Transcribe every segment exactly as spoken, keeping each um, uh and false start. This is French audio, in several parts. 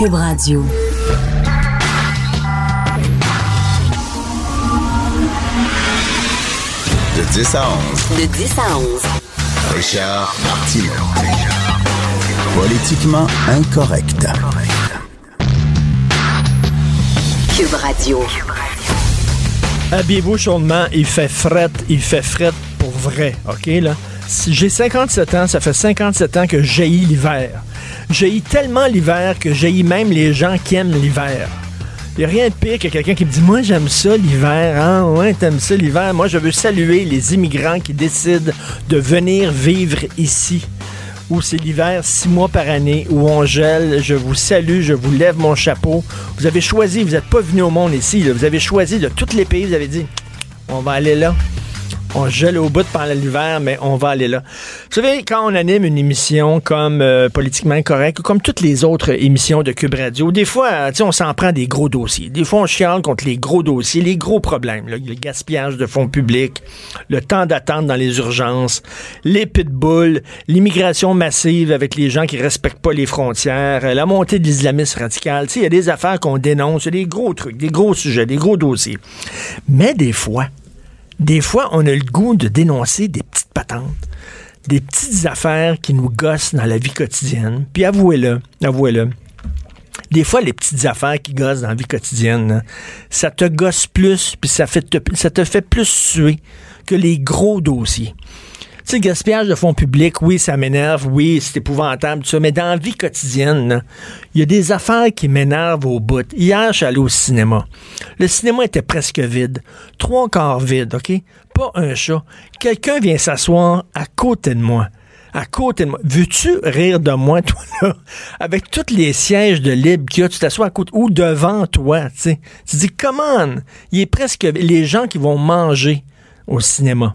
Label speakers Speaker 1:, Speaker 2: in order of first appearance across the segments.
Speaker 1: Cube Radio.
Speaker 2: De dix à onze.
Speaker 1: De dix à onze.
Speaker 2: Richard Martineau. Politiquement incorrect.
Speaker 1: Cube Radio.
Speaker 3: Habillez-vous chaudement, il fait fret, il fait fret pour vrai, OK, là? Si j'ai cinquante-sept ans, ça fait cinquante-sept ans que j'haïs l'hiver. J'haïs tellement l'hiver que j'haïs même les gens qui aiment l'hiver. Il n'y a rien de pire que quelqu'un qui me dit « Moi, j'aime ça l'hiver. Ah, ouais, t'aimes ça l'hiver. » Moi, je veux saluer les immigrants qui décident de venir vivre ici, où c'est l'hiver six mois par année, où on gèle. Je vous salue, je vous lève mon chapeau. Vous avez choisi, vous n'êtes pas venu au monde ici, là. Vous avez choisi de tous les pays, vous avez dit « On va aller là. » On gèle au bout pendant l'hiver, mais on va aller là. Vous savez, quand on anime une émission comme euh, Politiquement Incorrect, ou comme toutes les autres émissions de Cube Radio, des fois, tu sais, on s'en prend des gros dossiers. Des fois, on chiale contre les gros dossiers, les gros problèmes, là, le gaspillage de fonds publics, le temps d'attente dans les urgences, les pitbulls, l'immigration massive avec les gens qui respectent pas les frontières, la montée de l'islamisme radical. Tu sais, il y a des affaires qu'on dénonce, des gros trucs, des gros sujets, des gros dossiers. Mais des fois, Des fois, on a le goût de dénoncer des petites patentes, des petites affaires qui nous gossent dans la vie quotidienne. Puis avouez-le, avouez-le, des fois, les petites affaires qui gossent dans la vie quotidienne, hein, ça te gosse plus, puis ça, fait te, ça te fait plus suer que les gros dossiers. Tu sais, le gaspillage de fonds publics, oui, ça m'énerve, oui, c'est épouvantable, tout ça, mais dans la vie quotidienne, il y a des affaires qui m'énervent au bout. Hier, je suis allé au cinéma. Le cinéma était presque vide. Trois quarts vide, OK? Pas un chat. Quelqu'un vient s'asseoir à côté de moi. À côté de moi. Veux-tu rire de moi, toi, là? Avec tous les sièges de libre qu'il y a, tu t'assois à côté ou devant toi, tu sais. Tu te dis, comment? Il est presque... Les gens qui vont manger au cinéma.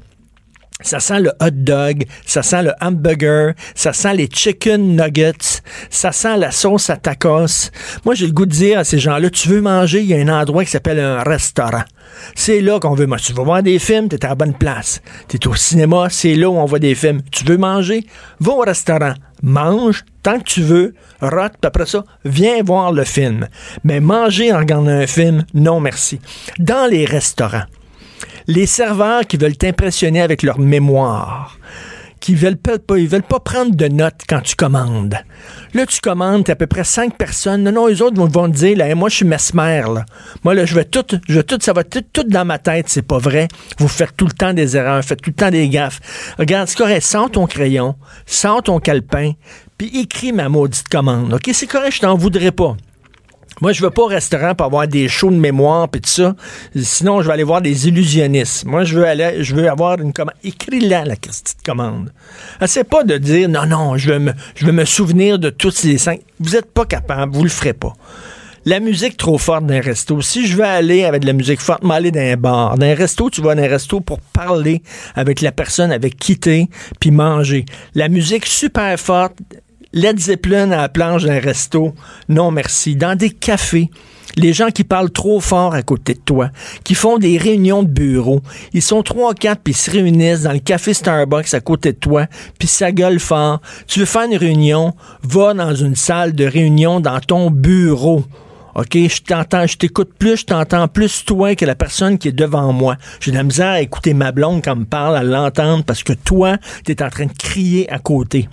Speaker 3: Ça sent le hot dog, ça sent le hamburger, ça sent les chicken nuggets, ça sent la sauce à tacos. Moi, j'ai le goût de dire à ces gens-là, tu veux manger, il y a un endroit qui s'appelle un restaurant. C'est là qu'on veut manger. Tu veux voir des films, t'es à la bonne place. T'es au cinéma, c'est là où on voit des films. Tu veux manger, va au restaurant, mange tant que tu veux, rote, puis après ça, viens voir le film. Mais manger en regardant un film, non merci. Dans les restaurants, les serveurs qui veulent t'impressionner avec leur mémoire, qui veulent pas, pas, ils veulent pas prendre de notes quand tu commandes. Là, tu commandes, t'as à peu près cinq personnes. Non, non, eux autres vont, vont te dire, là, moi, je suis mesmer, là. Moi, là, je vais tout, je vais tout, ça va tout, tout dans ma tête, c'est pas vrai. Vous faites tout le temps des erreurs, faites tout le temps des gaffes. Regarde, c'est correct, sors ton crayon, sors ton calepin, puis écris ma maudite commande. OK, c'est correct, je t'en voudrais pas. Moi, je veux pas au restaurant pour avoir des shows de mémoire pis tout ça. Sinon, je vais aller voir des illusionnistes. Moi, je veux aller, je veux avoir une commande. Écris-la, la petite commande. C'est pas de dire, non, non, je veux me, je veux me souvenir de tous les cinq. Vous êtes pas capable, vous le ferez pas. La musique trop forte d'un resto. Si je veux aller avec de la musique forte, m'aller dans un bar. Dans un resto, tu vas dans un resto pour parler avec la personne avec qui t'es, puis manger. La musique super forte, Led Zeppelin à la planche d'un resto, non merci. Dans des cafés, les gens qui parlent trop fort à côté de toi, qui font des réunions de bureau, ils sont trois, quatre, puis ils se réunissent dans le café Starbucks à côté de toi, puis ça gueule fort. Tu veux faire une réunion, va dans une salle de réunion dans ton bureau. OK, je t'entends, je t'écoute plus, je t'entends plus toi que la personne qui est devant moi. J'ai de la misère à écouter ma blonde quand elle me parle, à l'entendre, parce que toi, t'es en train de crier à côté.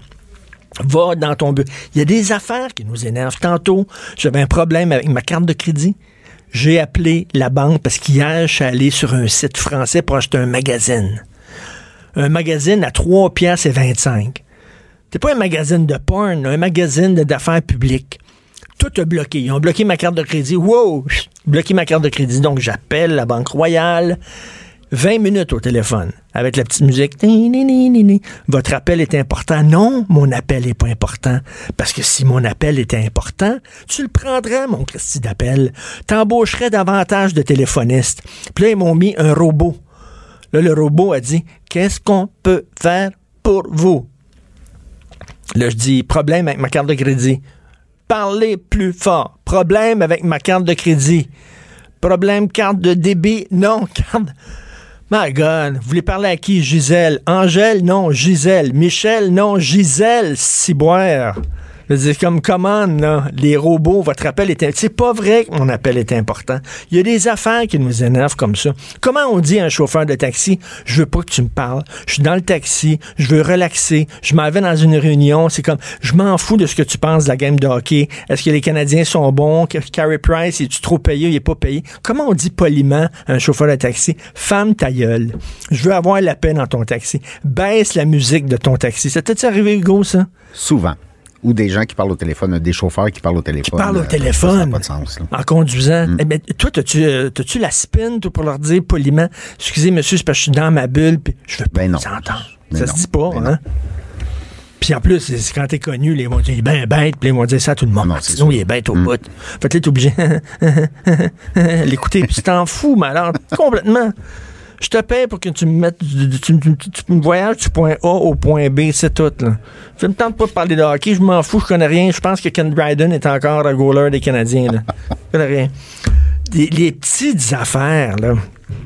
Speaker 3: Va dans ton bureau. Il y a des affaires qui nous énervent. Tantôt, j'avais un problème avec ma carte de crédit. J'ai appelé la banque parce qu'hier, je suis allé sur un site français pour acheter un magazine. Un magazine à trois piastres et vingt-cinq. C'est pas un magazine de porn, un magazine d'affaires publiques. Tout a bloqué. Ils ont bloqué ma carte de crédit. Wow! Bloqué ma carte de crédit. Donc, j'appelle la Banque Royale. vingt minutes au téléphone, avec la petite musique. Votre appel est important. Non, mon appel n'est pas important. Parce que si mon appel était important, tu le prendrais, mon Christy d'appel. T'embaucherais davantage de téléphonistes. Puis là, ils m'ont mis un robot. Là, le robot a dit, qu'est-ce qu'on peut faire pour vous? Là, je dis, problème avec ma carte de crédit. Parlez plus fort. Problème avec ma carte de crédit. Problème carte de débit. Non, carte... My God, vous voulez parler à qui? Gisèle. Angèle? Non, Gisèle. Michel? Non, Gisèle. Ciboire. C'est comme, comment, là, les robots, votre appel est... C'est pas vrai que mon appel est important. Il y a des affaires qui nous énervent comme ça. Comment on dit à un chauffeur de taxi, je veux pas que tu me parles, je suis dans le taxi, je veux relaxer, je m'en vais dans une réunion, c'est comme, je m'en fous de ce que tu penses de la game de hockey. Est-ce que les Canadiens sont bons? Carey Price, es-tu trop payé? Il est pas payé? Comment on dit poliment à un chauffeur de taxi, ferme ta gueule. Je veux avoir la paix dans ton taxi. Baisse la musique de ton taxi. Ça t'est arrivé, Hugo, ça?
Speaker 4: Souvent. Ou des gens qui parlent au téléphone, des chauffeurs qui parlent au téléphone.
Speaker 3: Qui parlent au
Speaker 4: euh,
Speaker 3: téléphone.
Speaker 4: Ça n'a pas de sens. Là.
Speaker 3: En conduisant.
Speaker 4: Mm.
Speaker 3: Eh bien, toi, t'as-tu, euh, t'as-tu la spin, toi, pour leur dire poliment, excusez, monsieur, c'est parce que je suis dans ma bulle, puis je veux pas
Speaker 4: ben
Speaker 3: vous
Speaker 4: non.
Speaker 3: entendre.
Speaker 4: Ben
Speaker 3: ça
Speaker 4: non.
Speaker 3: se dit pas,
Speaker 4: ben
Speaker 3: hein? Puis en plus, c'est, c'est quand t'es connu, les vont dire, ben bête, puis ils vont dire ça à tout le monde.
Speaker 4: Non, c'est
Speaker 3: Sinon,
Speaker 4: sûr.
Speaker 3: il est bête au
Speaker 4: Mm.
Speaker 3: bout. Fait que là, t'es obligé l'écouter, puis tu t'en fous, malade, complètement. Je te paye pour que tu me mettes, tu, tu, tu, tu, tu me voyages du point A au point B, c'est tout, là. Je me tente pas de parler de hockey, je m'en fous, je connais rien. Je pense que Ken Dryden est encore un goaler des Canadiens, là. Je connais rien. Les, les petites affaires, là.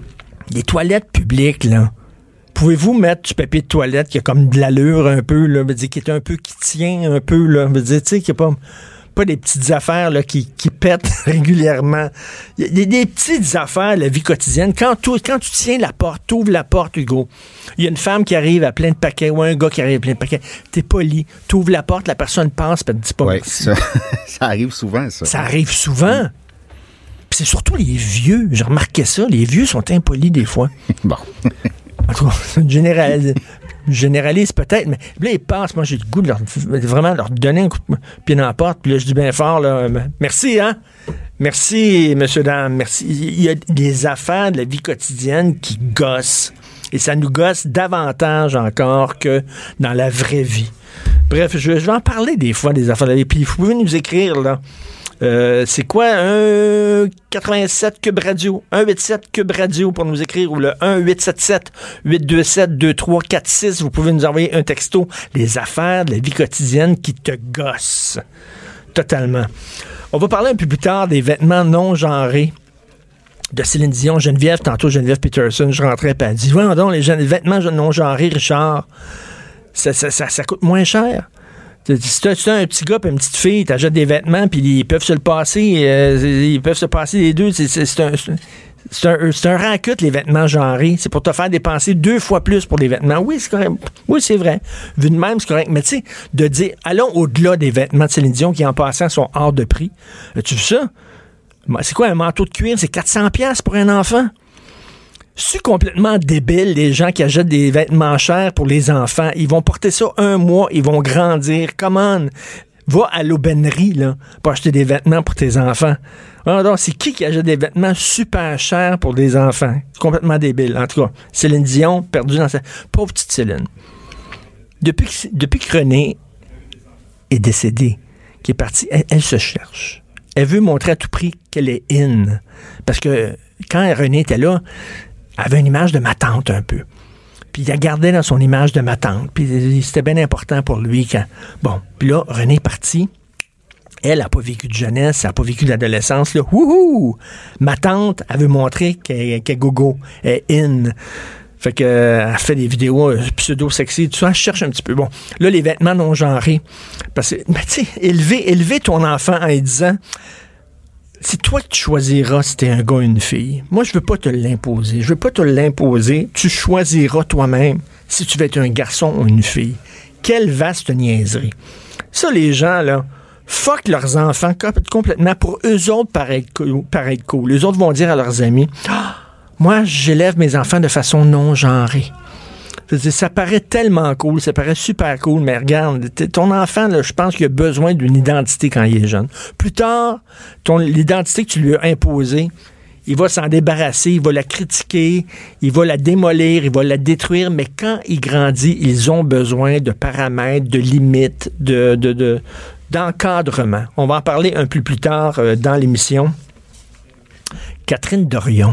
Speaker 3: Les toilettes publiques, là. Pouvez-vous mettre du papier de toilette qui a comme de l'allure un peu, là, veut dire, qui est un peu, qui tient un peu, là, veut dire, tu sais, qui a pas... pas des petites affaires là, qui, qui pètent régulièrement. Il y a des, des petites affaires, la vie quotidienne. Quand, tout, quand tu tiens la porte, tu ouvres la porte, Hugo, il y a une femme qui arrive à plein de paquets ou un gars qui arrive à plein de paquets. T'es poli. Tu ouvres la porte, la personne passe, puis elle te dit pas
Speaker 4: Oui,
Speaker 3: merci.
Speaker 4: ça, ça arrive souvent, ça.
Speaker 3: Ça arrive souvent. Mm. Puis c'est surtout les vieux. J'ai remarqué ça. Les vieux sont impolis des fois.
Speaker 4: Bon.
Speaker 3: En tout cas, généralise, généralise peut-être, mais là, ils passent. Moi, j'ai le goût de leur, vraiment leur donner un coup de pied dans la porte. Puis là, je dis bien fort, là, merci, hein? Merci, monsieur, dame, merci. Il y a des affaires de la vie quotidienne qui gossent. Et ça nous gosse davantage encore que dans la vraie vie. Bref, je, je vais en parler des fois des affaires de la vie. Puis vous pouvez nous écrire, là. Euh, c'est quoi un quatre-vingt-sept Cube Radio? un huit sept Cube Radio pour nous écrire, ou le un huit sept sept huit deux sept deux trois quatre six. Vous pouvez nous envoyer un texto. Les affaires de la vie quotidienne qui te gossent. Totalement. On va parler un peu plus tard des vêtements non genrés de Céline Dion. Geneviève, tantôt Geneviève Peterson, je rentrais et elle dit, voyons donc, les, les vêtements non genrés, Richard, ça, ça, ça, ça coûte moins cher. Si tu as un petit gars et une petite fille, tu achètes des vêtements, puis ils peuvent se le passer, euh, ils peuvent se passer les deux. C'est, c'est, c'est, un, c'est, un, c'est un racut, les vêtements genrés. C'est pour te faire dépenser deux fois plus pour les vêtements. Oui, c'est correct. Oui, c'est vrai. Vu de même, c'est correct. Mais tu sais, de dire, allons au-delà des vêtements de Céline Dion qui, en passant, sont hors de prix. As-tu vu ça? C'est quoi un manteau de cuir? C'est quatre cents dollars pour un enfant. C'est complètement débile, les gens qui achètent des vêtements chers pour les enfants. Ils vont porter ça un mois, ils vont grandir. Come on! Va à l'aubainerie, là, pour acheter des vêtements pour tes enfants. Alors, donc, c'est qui qui achète des vêtements super chers pour des enfants? C'est complètement débile. En tout cas, Céline Dion, perdue dans sa... Pauvre petite Céline. Depuis que, depuis que René est décédé, qui est parti, elle, elle se cherche. Elle veut montrer à tout prix qu'elle est in. Parce que quand René était là, elle avait une image de ma tante un peu. Puis il la gardait dans son image de ma tante. Puis c'était bien important pour lui quand... Bon, puis là, René est parti. Elle n'a pas vécu de jeunesse, elle n'a pas vécu d'adolescence. Là, wouhou! Ma tante, elle veut montrer qu'elle, qu'elle est gogo, elle est in. Fait que euh, elle fait des vidéos euh, pseudo-sexy, tout ça, elle cherche un petit peu. Bon, là, les vêtements non genrés. Parce que, ben, tu sais, élever, élever ton enfant en lui disant... C'est toi que tu choisiras si t'es un gars ou une fille. Moi, je veux pas te l'imposer. Je veux pas te l'imposer. Tu choisiras toi-même si tu veux être un garçon ou une fille. Quelle vaste niaiserie. Ça, les gens, là, fuck leurs enfants complètement. Pour eux autres, pareil cool. Pareil cool. Les autres vont dire à leurs amis, ah, moi, j'élève mes enfants de façon non genrée. Ça paraît tellement cool, ça paraît super cool, mais regarde, ton enfant, là, je pense qu'il a besoin d'une identité quand il est jeune. Plus tard, ton, l'identité que tu lui as imposée, il va s'en débarrasser, il va la critiquer, il va la démolir, il va la détruire, mais quand il grandit, ils ont besoin de paramètres, de limites, de, de, de, d'encadrement. On va en parler un peu plus tard euh, dans l'émission. Catherine Dorion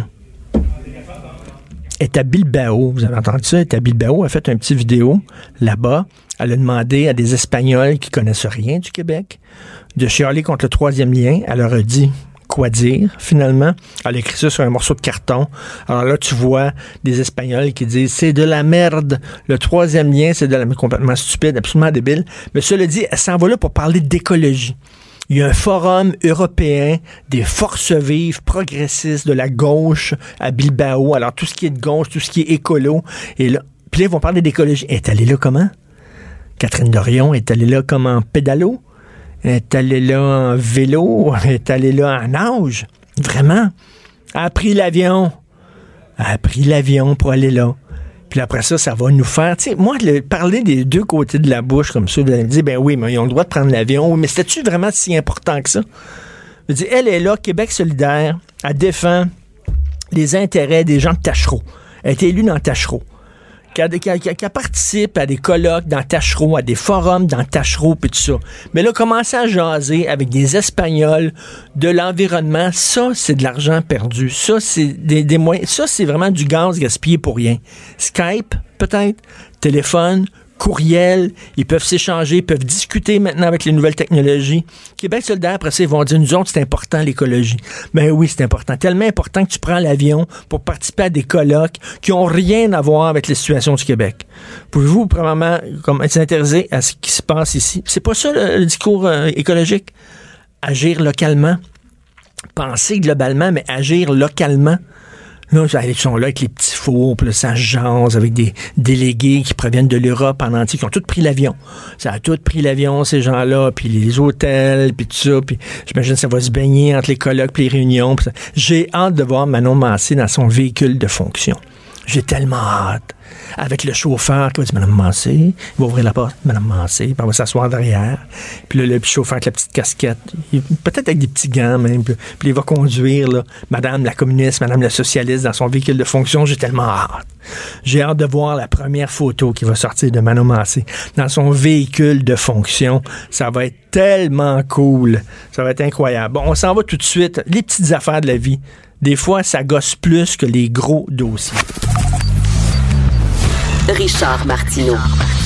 Speaker 3: est à Bilbao, vous avez entendu ça, elle est à Bilbao, elle a fait une petite vidéo là-bas, elle a demandé à des Espagnols qui connaissent rien du Québec de chialer contre le troisième lien, elle leur a dit, quoi dire, finalement. Elle a écrit ça sur un morceau de carton. Alors là, tu vois des Espagnols qui disent « c'est de la merde ». Le troisième lien, c'est de la merde, complètement stupide, absolument débile. Mais cela dit, elle s'en va là pour parler d'écologie. Il y a un forum européen des forces vives progressistes de la gauche à Bilbao. Alors, tout ce qui est de gauche, tout ce qui est écolo. Et là, puis là, ils vont parler d'écologie. Elle est allée là comment? Catherine Dorion est allée là comme en pédalo? Elle est allée là en vélo? Elle est allée là en nage? Vraiment? Elle a pris l'avion. Elle a pris l'avion pour aller là. Puis après ça, ça va nous faire... Tu sais, moi, le, parler des deux côtés de la bouche comme ça, vous allez me dire, ben oui, mais ils ont le droit de prendre l'avion. Oui, mais c'était-tu vraiment si important que ça? Je veux dire, elle est là, Québec solidaire, elle défend les intérêts des gens de Tachereau. Elle a été élue dans Tachereau. Qu'elle, qu'elle, qu'elle participe à des colloques dans Tachereau, à des forums dans Tachereau, puis tout ça. Mais là, commencer à jaser avec des Espagnols de l'environnement, ça, c'est de l'argent perdu. Ça, c'est des, des moyens. Ça, c'est vraiment du gaz gaspillé pour rien. Skype, peut-être, téléphone, courriel, ils peuvent s'échanger, ils peuvent discuter maintenant avec les nouvelles technologies. Québec solidaire, après ça, ils vont dire, nous autres, c'est important l'écologie. Ben oui, c'est important. Tellement important que tu prends l'avion pour participer à des colloques qui ont rien à voir avec les situations du Québec. Pouvez-vous, probablement, comme être intéressé à ce qui se passe ici? C'est pas ça, le, le discours euh, écologique? Agir localement. Penser globalement, mais agir localement. Là, ils sont là avec les petits fours, puis là, ça jase avec des délégués qui proviennent de l'Europe en entier, qui ont tous pris l'avion. Ça a tous pris l'avion, ces gens-là, puis les hôtels, puis tout ça, puis j'imagine que ça va se baigner entre les colloques puis les réunions. Puis j'ai hâte de voir Manon Massé dans son véhicule de fonction. J'ai tellement hâte. Avec le chauffeur qui va dire « Madame Massé », il va ouvrir la porte, « Madame Massé », puis on va s'asseoir derrière. Puis là, le chauffeur avec la petite casquette, il, peut-être avec des petits gants même, puis, puis il va conduire là, Madame la communiste, Madame la socialiste dans son véhicule de fonction. J'ai tellement hâte. J'ai hâte de voir la première photo qui va sortir de Manon Massé dans son véhicule de fonction. Ça va être tellement cool. Ça va être incroyable. Bon, on s'en va tout de suite. Les petites affaires de la vie. Des fois, ça gosse plus que les gros dossiers.
Speaker 1: Richard Martineau.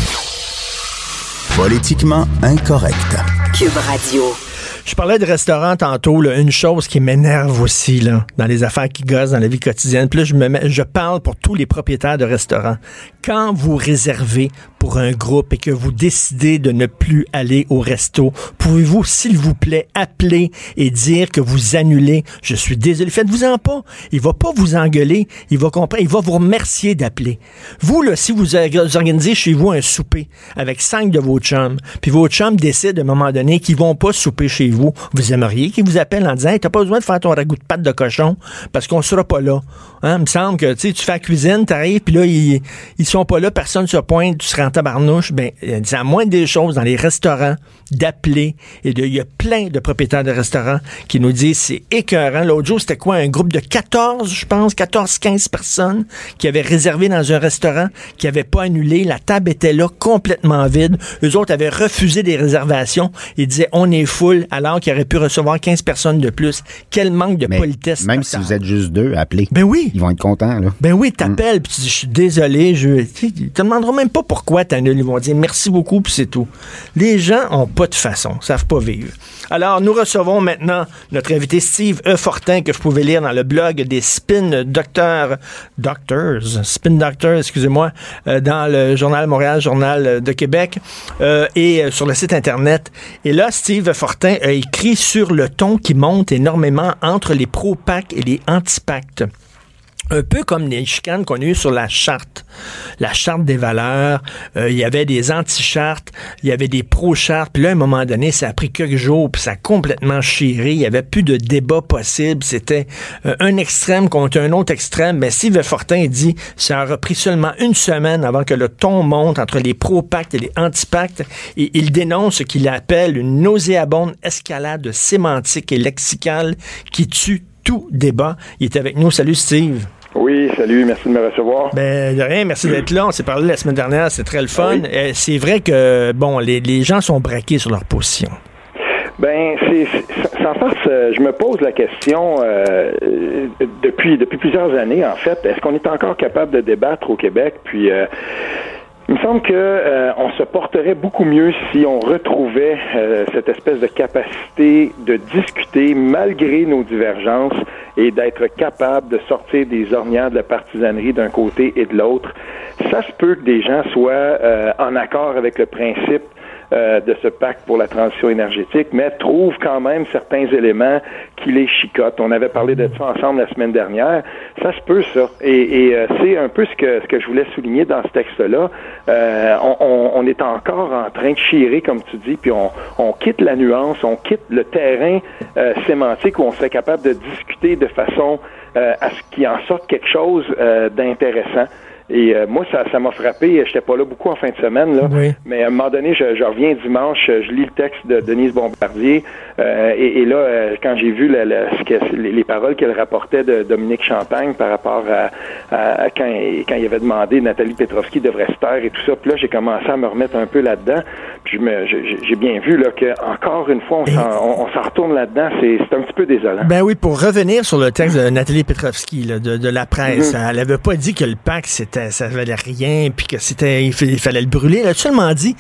Speaker 2: Politiquement incorrect.
Speaker 1: Cube Radio.
Speaker 3: Je parlais de restaurant tantôt, là, une chose qui m'énerve aussi là, dans les affaires qui gossent dans la vie quotidienne. Puis là, je, me mets, je parle pour tous les propriétaires de restaurants. Quand vous réservez pour un groupe et que vous décidez de ne plus aller au resto, pouvez-vous, s'il vous plaît, appeler et dire que vous annulez? Je suis désolé. Faites-vous-en pas. Il va pas vous engueuler. Il va comprendre. Il va vous remercier d'appeler. Vous, là, si vous organisez chez vous un souper avec cinq de vos chums, puis vos chums décident à un moment donné qu'ils vont pas souper chez vous, vous aimeriez qu'ils vous appellent en disant hey, t'as pas besoin de faire ton ragoût de pâte de cochon parce qu'on sera pas là. Hein? Il me semble que tu fais la cuisine, t'arrives, puis là, ils, ils sont pas là, personne se pointe, tu seras en tabarnouche. Ben, c'est à moins des choses dans les restaurants d'appeler. Et il y a plein de propriétaires de restaurants qui nous disent c'est écœurant. L'autre jour, c'était quoi? Un groupe de quatorze, je pense, quatorze quinze personnes qui avaient réservé dans un restaurant, qui n'avaient pas annulé. La table était là, complètement vide. Eux autres avaient refusé des réservations. Ils disaient on est full, alors qu'ils auraient pu recevoir quinze personnes de plus. Quel manque de
Speaker 4: Mais
Speaker 3: politesse.
Speaker 4: Même si vous êtes juste deux, appelez.
Speaker 3: Ben oui.
Speaker 4: Ils vont être contents, là.
Speaker 3: Ben oui, t'appelles, mm. puis tu dis, je suis désolé, je... Ils te demanderont même pas pourquoi t'annules. Ils vont dire merci beaucoup, puis c'est tout. Les gens ont pas de façon, savent pas vivre. Alors, nous recevons maintenant notre invité Steve E. Fortin, que je pouvais lire dans le blog des Spin Doctors, Doctors, Spin Doctors, excusez-moi, euh, dans le Journal Montréal, Journal de Québec, euh, et euh, sur le site Internet. Et là, Steve Fortin a écrit sur le ton qui monte énormément entre les pro-pactes et les anti-pactes. Un peu comme les chicanes qu'on a eues sur la charte, la charte des valeurs. Euh, il y avait des anti-chartes, il y avait des pro-chartes. Puis là, à un moment donné, ça a pris quelques jours, puis ça a complètement chiré. Il y avait plus de débat possible. C'était euh, un extrême contre un autre extrême. Mais Steve Fortin dit ça aura pris seulement une semaine avant que le ton monte entre les pro-pactes et les anti-pactes. Et il dénonce ce qu'il appelle une nauséabonde escalade sémantique et lexicale qui tue tout débat. Il est avec nous. Salut, Steve.
Speaker 5: Oui, salut, merci de me recevoir.
Speaker 3: Ben, de rien, merci d'être là. On s'est parlé la semaine dernière, c'est très le fun. Oui. Euh, c'est vrai que, bon, les, les gens sont braqués sur leur position.
Speaker 5: Ben, c'est, c'est sans farce, je me pose la question euh, depuis depuis plusieurs années, en fait, est-ce qu'on est encore capable de débattre au Québec? Puis, euh, Il me semble que euh, on se porterait beaucoup mieux si on retrouvait euh, cette espèce de capacité de discuter malgré nos divergences et d'être capable de sortir des ornières de la partisanerie d'un côté et de l'autre. Ça se peut que des gens soient euh, en accord avec le principe Euh, de ce pacte pour la transition énergétique, mais trouve quand même certains éléments qui les chicotent. On avait parlé de ça ensemble la semaine dernière. Ça se peut, ça. Et, et euh, c'est un peu ce que ce que je voulais souligner dans ce texte-là. Euh, on, on, on est encore en train de chirer, comme tu dis, puis on, on quitte la nuance, on quitte le terrain euh, sémantique où on serait capable de discuter de façon euh, à ce qu'il en sorte quelque chose euh, d'intéressant. Et euh, moi, ça, ça m'a frappé. J'étais pas là beaucoup en fin de semaine, là. Oui. Mais à un moment donné, je, je reviens dimanche, je lis le texte de Denise Bombardier, euh, et, et là, euh, quand j'ai vu la, la, ce que, les, les paroles qu'elle rapportait de Dominique Champagne par rapport à, à, à quand, quand il avait demandé Nathalie Petrovski devrait se taire et tout ça, puis là, j'ai commencé à me remettre un peu là-dedans. Puis je me, j'ai, j'ai bien vu là que encore une fois, on, s'en, on, on s'en retourne là-dedans. C'est, c'est un petit peu désolant.
Speaker 3: Ben oui, pour revenir sur le texte de Nathalie Petrovski là, de, de la presse, mm-hmm. elle avait pas dit que le pacte c'était ça valait rien, puis que c'était il fallait le brûler. Elle a seulement dit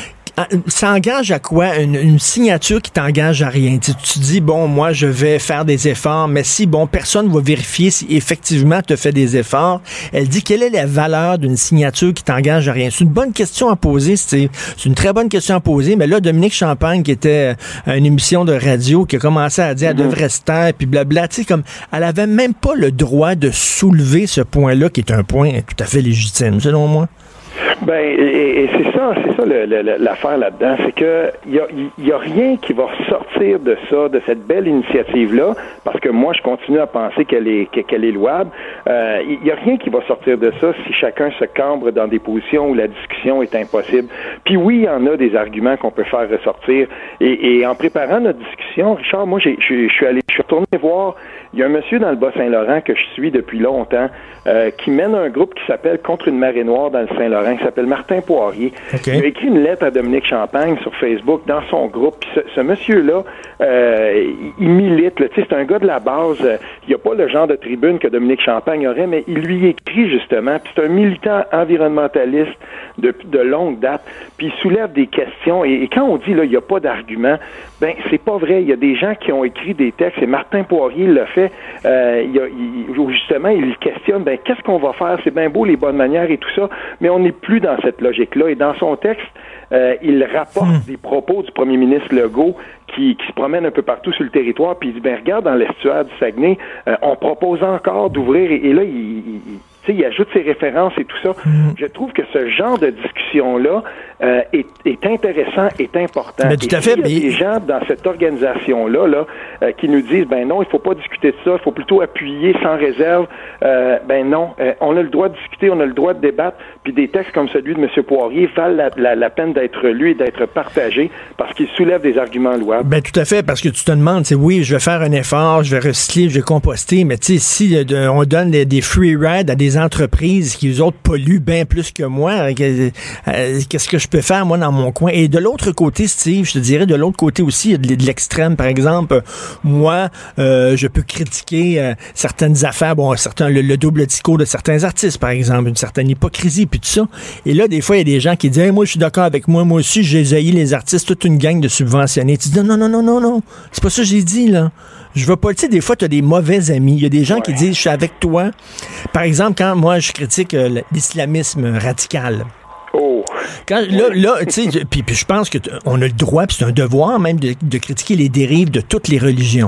Speaker 3: ça engage à quoi? Une, une signature qui t'engage à rien. Tu, tu dis, bon, moi, je vais faire des efforts, mais si, bon, personne va vérifier si effectivement tu fais des efforts, elle dit, quelle est la valeur d'une signature qui t'engage à rien? C'est une bonne question à poser, c'est, c'est une très bonne question à poser, mais là, Dominique Champagne, qui était à une émission de radio, qui a commencé à dire, elle devrait se taire, puis blabla, tu sais, comme, elle avait même pas le droit de soulever ce point-là, qui est un point tout à fait légitime, selon moi.
Speaker 5: Ben, et, et c'est ça, c'est ça le, le, l'affaire là-dedans, c'est que il y a, y a rien qui va sortir de ça, de cette belle initiative-là, parce que moi, je continue à penser qu'elle est qu'elle est louable. Euh, il y a rien qui va sortir de ça si chacun se cambre dans des positions où la discussion est impossible. Puis oui, il y en a des arguments qu'on peut faire ressortir. Et, et en préparant notre discussion, Richard, moi, j'ai, je suis allé, je suis retourné voir. Il y a un monsieur dans le Bas-Saint-Laurent que je suis depuis longtemps, euh, qui mène un groupe qui s'appelle Contre une marée noire dans le Saint-Laurent, qui s'appelle Martin Poirier. Okay. Il a écrit une lettre à Dominique Champagne sur Facebook, dans son groupe. Puis ce, ce monsieur-là, euh, il milite. Là, c'est un gars de la base. Euh, il n'y a pas le genre de tribune que Dominique Champagne aurait, mais il lui écrit justement. Puis c'est un militant environnementaliste de, de longue date. Puis il soulève des questions. Et, et quand on dit là, il n'y a pas d'argument, ben c'est pas vrai. Il y a des gens qui ont écrit des textes, et Martin Poirier l'a fait. Euh, il, a, il, justement, il questionne, ben qu'est-ce qu'on va faire? C'est bien beau les bonnes manières et tout ça, mais on n'est plus dans cette logique-là. Et dans son texte, euh, il rapporte mmh. des propos du premier ministre Legault qui, qui se promène un peu partout sur le territoire, puis il dit, ben regarde, dans l'estuaire du Saguenay, euh, on propose encore d'ouvrir, et, et là, il, il, tu sais, il ajoute ses références et tout ça. Mmh. Je trouve que ce genre de discussion-là euh, est, est intéressant, est important.
Speaker 3: Mais tout à fait.
Speaker 5: Il y a des gens dans cette organisation-là là, euh, qui nous disent, ben non, il faut pas discuter de ça, il faut plutôt appuyer sans réserve. Euh, ben non, euh, on a le droit de discuter, on a le droit de débattre, puis des textes comme celui de M. Poirier valent la, la, la peine d'être lus et d'être partagés parce qu'ils soulèvent des arguments louables.
Speaker 3: Ben tout à fait, parce que tu te demandes, c'est oui, je vais faire un effort, je vais recycler, je vais composter, mais tu sais, si de, on donne des, des free rides à des entreprises qui, eux autres, polluent bien plus que moi, euh, qu'est-ce que je peux faire, moi, dans mon coin? Et de l'autre côté, Steve, je te dirais, de l'autre côté aussi, il y a de, de l'extrême. Par exemple, moi, euh, je peux critiquer euh, certaines affaires, bon, certains, le, le double discours de certains artistes, par exemple, une certaine hypocrisie, puis tout ça. Et là, des fois, il y a des gens qui disent hey, « moi, je suis d'accord avec moi, moi aussi, j'ai haï les artistes, toute une gang de subventionnés. » Tu dis « non, non, non, non, non, c'est pas ça que j'ai dit, là. » Je veux pas, tu sais, des fois, tu as des mauvais amis. Il y a des gens ouais. qui disent, je suis avec toi. Par exemple, quand moi, je critique euh, l'islamisme radical.
Speaker 5: Oh.
Speaker 3: Quand, là, là tu sais, puis, puis je pense que t- on a le droit, puis c'est un devoir même de, de critiquer les dérives de toutes les religions,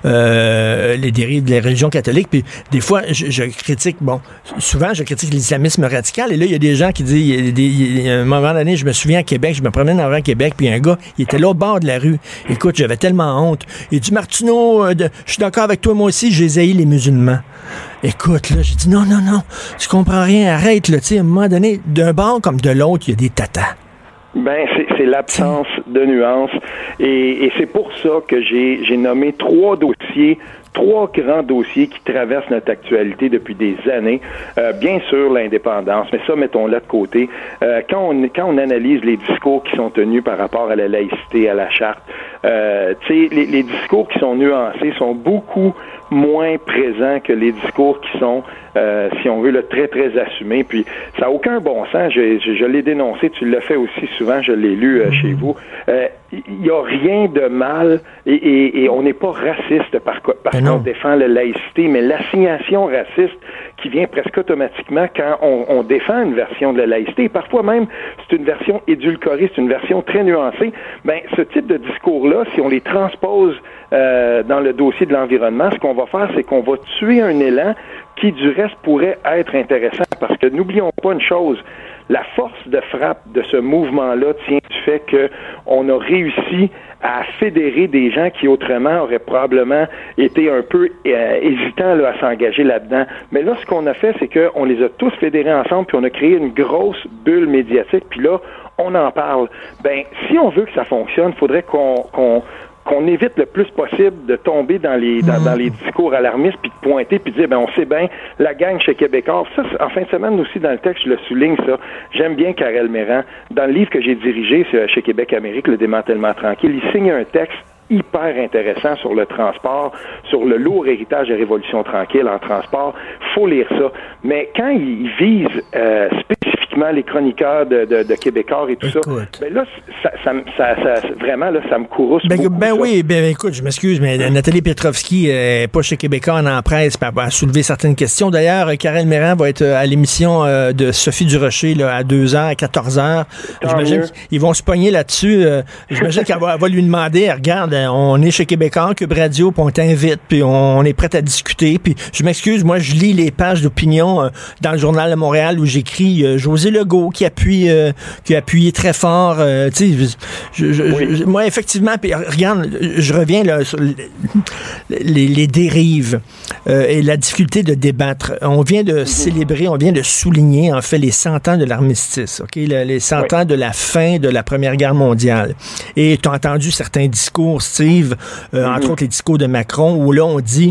Speaker 3: euh, les dérives de la religion catholique. Puis des fois, je, je critique, bon, souvent je critique l'islamisme radical. Et là, il y a des gens qui disent, il y a des, il y a un moment donné, je me souviens à Québec, je me promenais dans le Québec, puis un gars, il était là au bord de la rue. Écoute, j'avais tellement honte. Il dit Martineau, euh, de, je suis d'accord avec toi, moi aussi, j'ai haï les musulmans. Écoute, là, j'ai dit non, non, non, tu comprends rien, arrête, là, tu sais, à un moment donné, d'un bord comme de l'autre, il y a des tatas.
Speaker 5: Ben, c'est, c'est l'absence de nuances. Et, et c'est pour ça que j'ai, j'ai nommé trois dossiers, trois grands dossiers qui traversent notre actualité depuis des années. Euh, bien sûr, l'indépendance, mais ça, mettons-la de côté. Euh, quand on, quand on analyse les discours qui sont tenus par rapport à la laïcité, à la charte, euh, tu sais, les, les discours qui sont nuancés sont beaucoup moins présents que les discours qui sont, euh, si on veut, là, très, très assumés. Puis, ça n'a aucun bon sens. Je, je, je l'ai dénoncé, tu l'as fait aussi souvent, je l'ai lu euh, chez vous. Euh, il n'y a rien de mal et, et, et on n'est pas raciste par parce qu'on défend la laïcité, mais l'assignation raciste qui vient presque automatiquement quand on, on défend une version de la laïcité, et parfois même c'est une version édulcorée, c'est une version très nuancée, ben ce type de discours-là, si on les transpose euh, dans le dossier de l'environnement, ce qu'on va faire, c'est qu'on va tuer un élan qui, du reste, pourrait être intéressant, parce que n'oublions pas une chose, la force de frappe de ce mouvement-là tient du fait qu'on a réussi à fédérer des gens qui autrement auraient probablement été un peu euh, hésitants là, à s'engager là-dedans. Mais là, ce qu'on a fait, c'est qu'on les a tous fédérés ensemble, puis on a créé une grosse bulle médiatique, puis là, on en parle. Ben, si on veut que ça fonctionne, il faudrait qu'on, qu'on qu'on évite le plus possible de tomber dans les dans, dans les discours alarmistes, puis de pointer, puis de dire, ben on sait bien, la gang chez Québécois. Ça, en fin de semaine aussi, dans le texte, je le souligne, ça. J'aime bien Karel Méran. Dans le livre que j'ai dirigé chez Québec Amérique, Le démantèlement tranquille, il signe un texte hyper intéressant sur le transport, sur le lourd héritage de Révolution tranquille en transport. Faut lire ça. Mais quand il vise euh, spécifiquement les chroniqueurs de, de, de Québécois et tout écoute. ça, ben là, ça, ça, ça, ça, vraiment, là, ça me courrouce
Speaker 3: ben,
Speaker 5: beaucoup.
Speaker 3: Ben
Speaker 5: ça.
Speaker 3: oui, ben écoute, je m'excuse, mais Nathalie Petrovski n'est pas chez Québécois en empresse, puis elle a soulevé certaines questions. D'ailleurs, Karel Méran va être à l'émission de Sophie Durocher là, à deux heures, à quatorze heures. Tant J'imagine mieux. qu'ils vont se pogner là-dessus. J'imagine qu'elle va, va lui demander, regarde, on est chez Québécois, Cube Radio, puis on t'invite, puis on est prêt à discuter. Puis je m'excuse, moi, je lis les pages d'opinion euh, dans le Journal de Montréal où j'écris euh, José Legault qui appuie, euh, qui a appuyé très fort. Euh, tu sais, je, je, oui. je, moi, effectivement, puis regarde, je reviens là sur les, les dérives euh, et la difficulté de débattre. On vient de mmh. célébrer, on vient de souligner, en fait, les cent ans de l'armistice, ok, les, les cent oui. ans de la fin de la Première Guerre mondiale. Et tu as entendu certains discours, Steve, euh, mmh. entre autres les discours de Macron, où là, on dit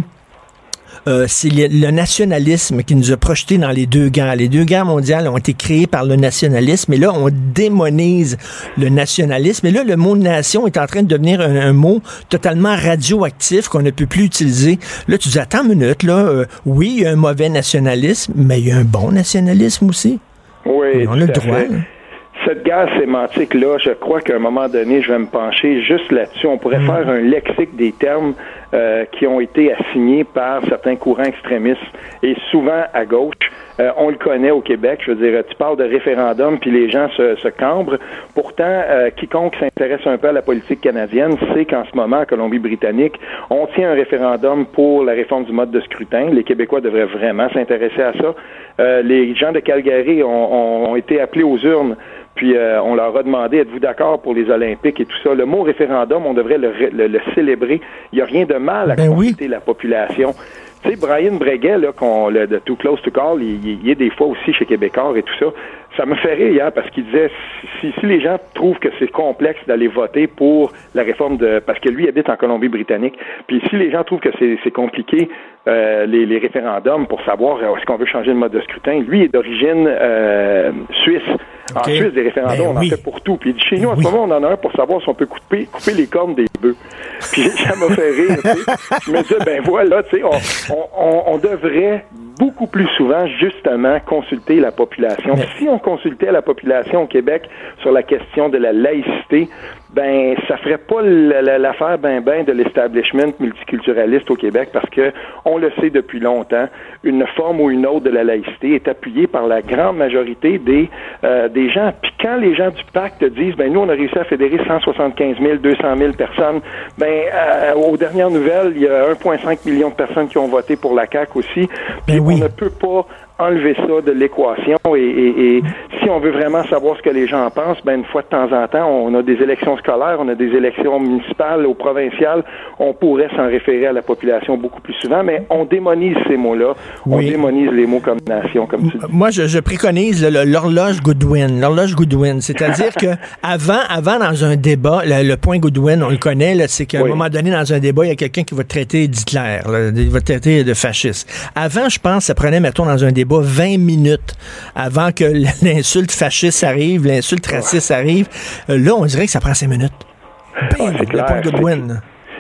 Speaker 3: Euh, c'est le, le nationalisme qui nous a projetés dans les deux guerres. Les deux guerres mondiales ont été créées par le nationalisme, et là, on démonise le nationalisme. Et là, le mot nation est en train de devenir un, un mot totalement radioactif qu'on ne peut plus utiliser. Là, tu dis, attends une minute, là, euh, oui, il y a un mauvais nationalisme, mais il y a un bon nationalisme aussi.
Speaker 5: Oui,
Speaker 3: et on a le droit. Là.
Speaker 5: Cette guerre sémantique-là, je crois qu'à un moment donné, je vais me pencher juste là-dessus. On pourrait mmh. faire un lexique des termes euh, qui ont été assignés par certains courants extrémistes, et souvent à gauche. Euh, on le connaît au Québec. Je veux dire, tu parles de référendum, puis les gens se, se cambrent. Pourtant, euh, quiconque s'intéresse un peu à la politique canadienne sait qu'en ce moment, en Colombie-Britannique, on tient un référendum pour la réforme du mode de scrutin. Les Québécois devraient vraiment s'intéresser à ça. Euh, les gens de Calgary ont, ont, ont été appelés aux urnes. Puis euh, on leur a demandé, êtes-vous d'accord pour les Olympiques et tout ça? Le mot référendum, on devrait le, le, le célébrer. Il n'y a rien de mal à ben consulter oui. la population. Tu sais, Brian Breguet, là, qu'on, le, de Too Close to Call, il, il est des fois aussi chez Québécois et tout ça. Ça me fait rire hier parce qu'il disait, si, si les gens trouvent que c'est complexe d'aller voter pour la réforme de... Parce que lui habite en Colombie-Britannique. Puis si les gens trouvent que c'est, c'est compliqué, euh, les, les référendums pour savoir euh, est-ce qu'on veut changer le mode de scrutin, lui est d'origine euh, suisse. Okay. En Suisse, des référendums, ben on oui. en fait pour tout. Puis il dit, chez nous, en oui. ce moment, on en a un pour savoir si on peut couper, couper les cornes des bœufs. Puis ça m'a fait rire, tu sais. Je me disais, ben voilà, tu sais, on, on, on devrait beaucoup plus souvent, justement, consulter la population. Mais... Si on consultait la population au Québec sur la question de la laïcité, ben ça ferait pas l'affaire ben ben de l'establishment multiculturaliste au Québec, parce que on le sait depuis longtemps, une forme ou une autre de la laïcité est appuyée par la grande majorité des euh, des gens. Puis quand les gens du pacte disent, ben nous on a réussi à fédérer cent soixante-quinze mille, deux cent mille personnes, ben euh, aux dernières nouvelles, il y a un virgule cinq million de personnes qui ont voté pour la C A Q aussi. Puis ben oui. on ne peut pas enlever ça de l'équation, et, et, et si on veut vraiment savoir ce que les gens en pensent, ben une fois de temps en temps, on a des élections scolaires, on a des élections municipales ou provinciales, on pourrait s'en référer à la population beaucoup plus souvent, mais on démonise ces mots-là, oui. on démonise les mots comme nation, comme tu dis.
Speaker 3: Moi, je, je préconise le, l'horloge Goodwin, l'horloge Goodwin, c'est-à-dire que avant, avant dans un débat, le, le point Goodwin, on le connaît, là, c'est qu'à oui. un moment donné, dans un débat, il y a quelqu'un qui va te traiter d'Hitler, là, il va te traiter de fasciste. Avant, je pense, ça prenait, mettons, dans un débat, vingt minutes avant que l'insulte fasciste arrive, l'insulte raciste arrive. Là, on dirait que ça prend cinq minutes. Ben,
Speaker 5: ah, c'est
Speaker 3: le
Speaker 5: clair,
Speaker 3: point de Goodwin.
Speaker 5: C'est,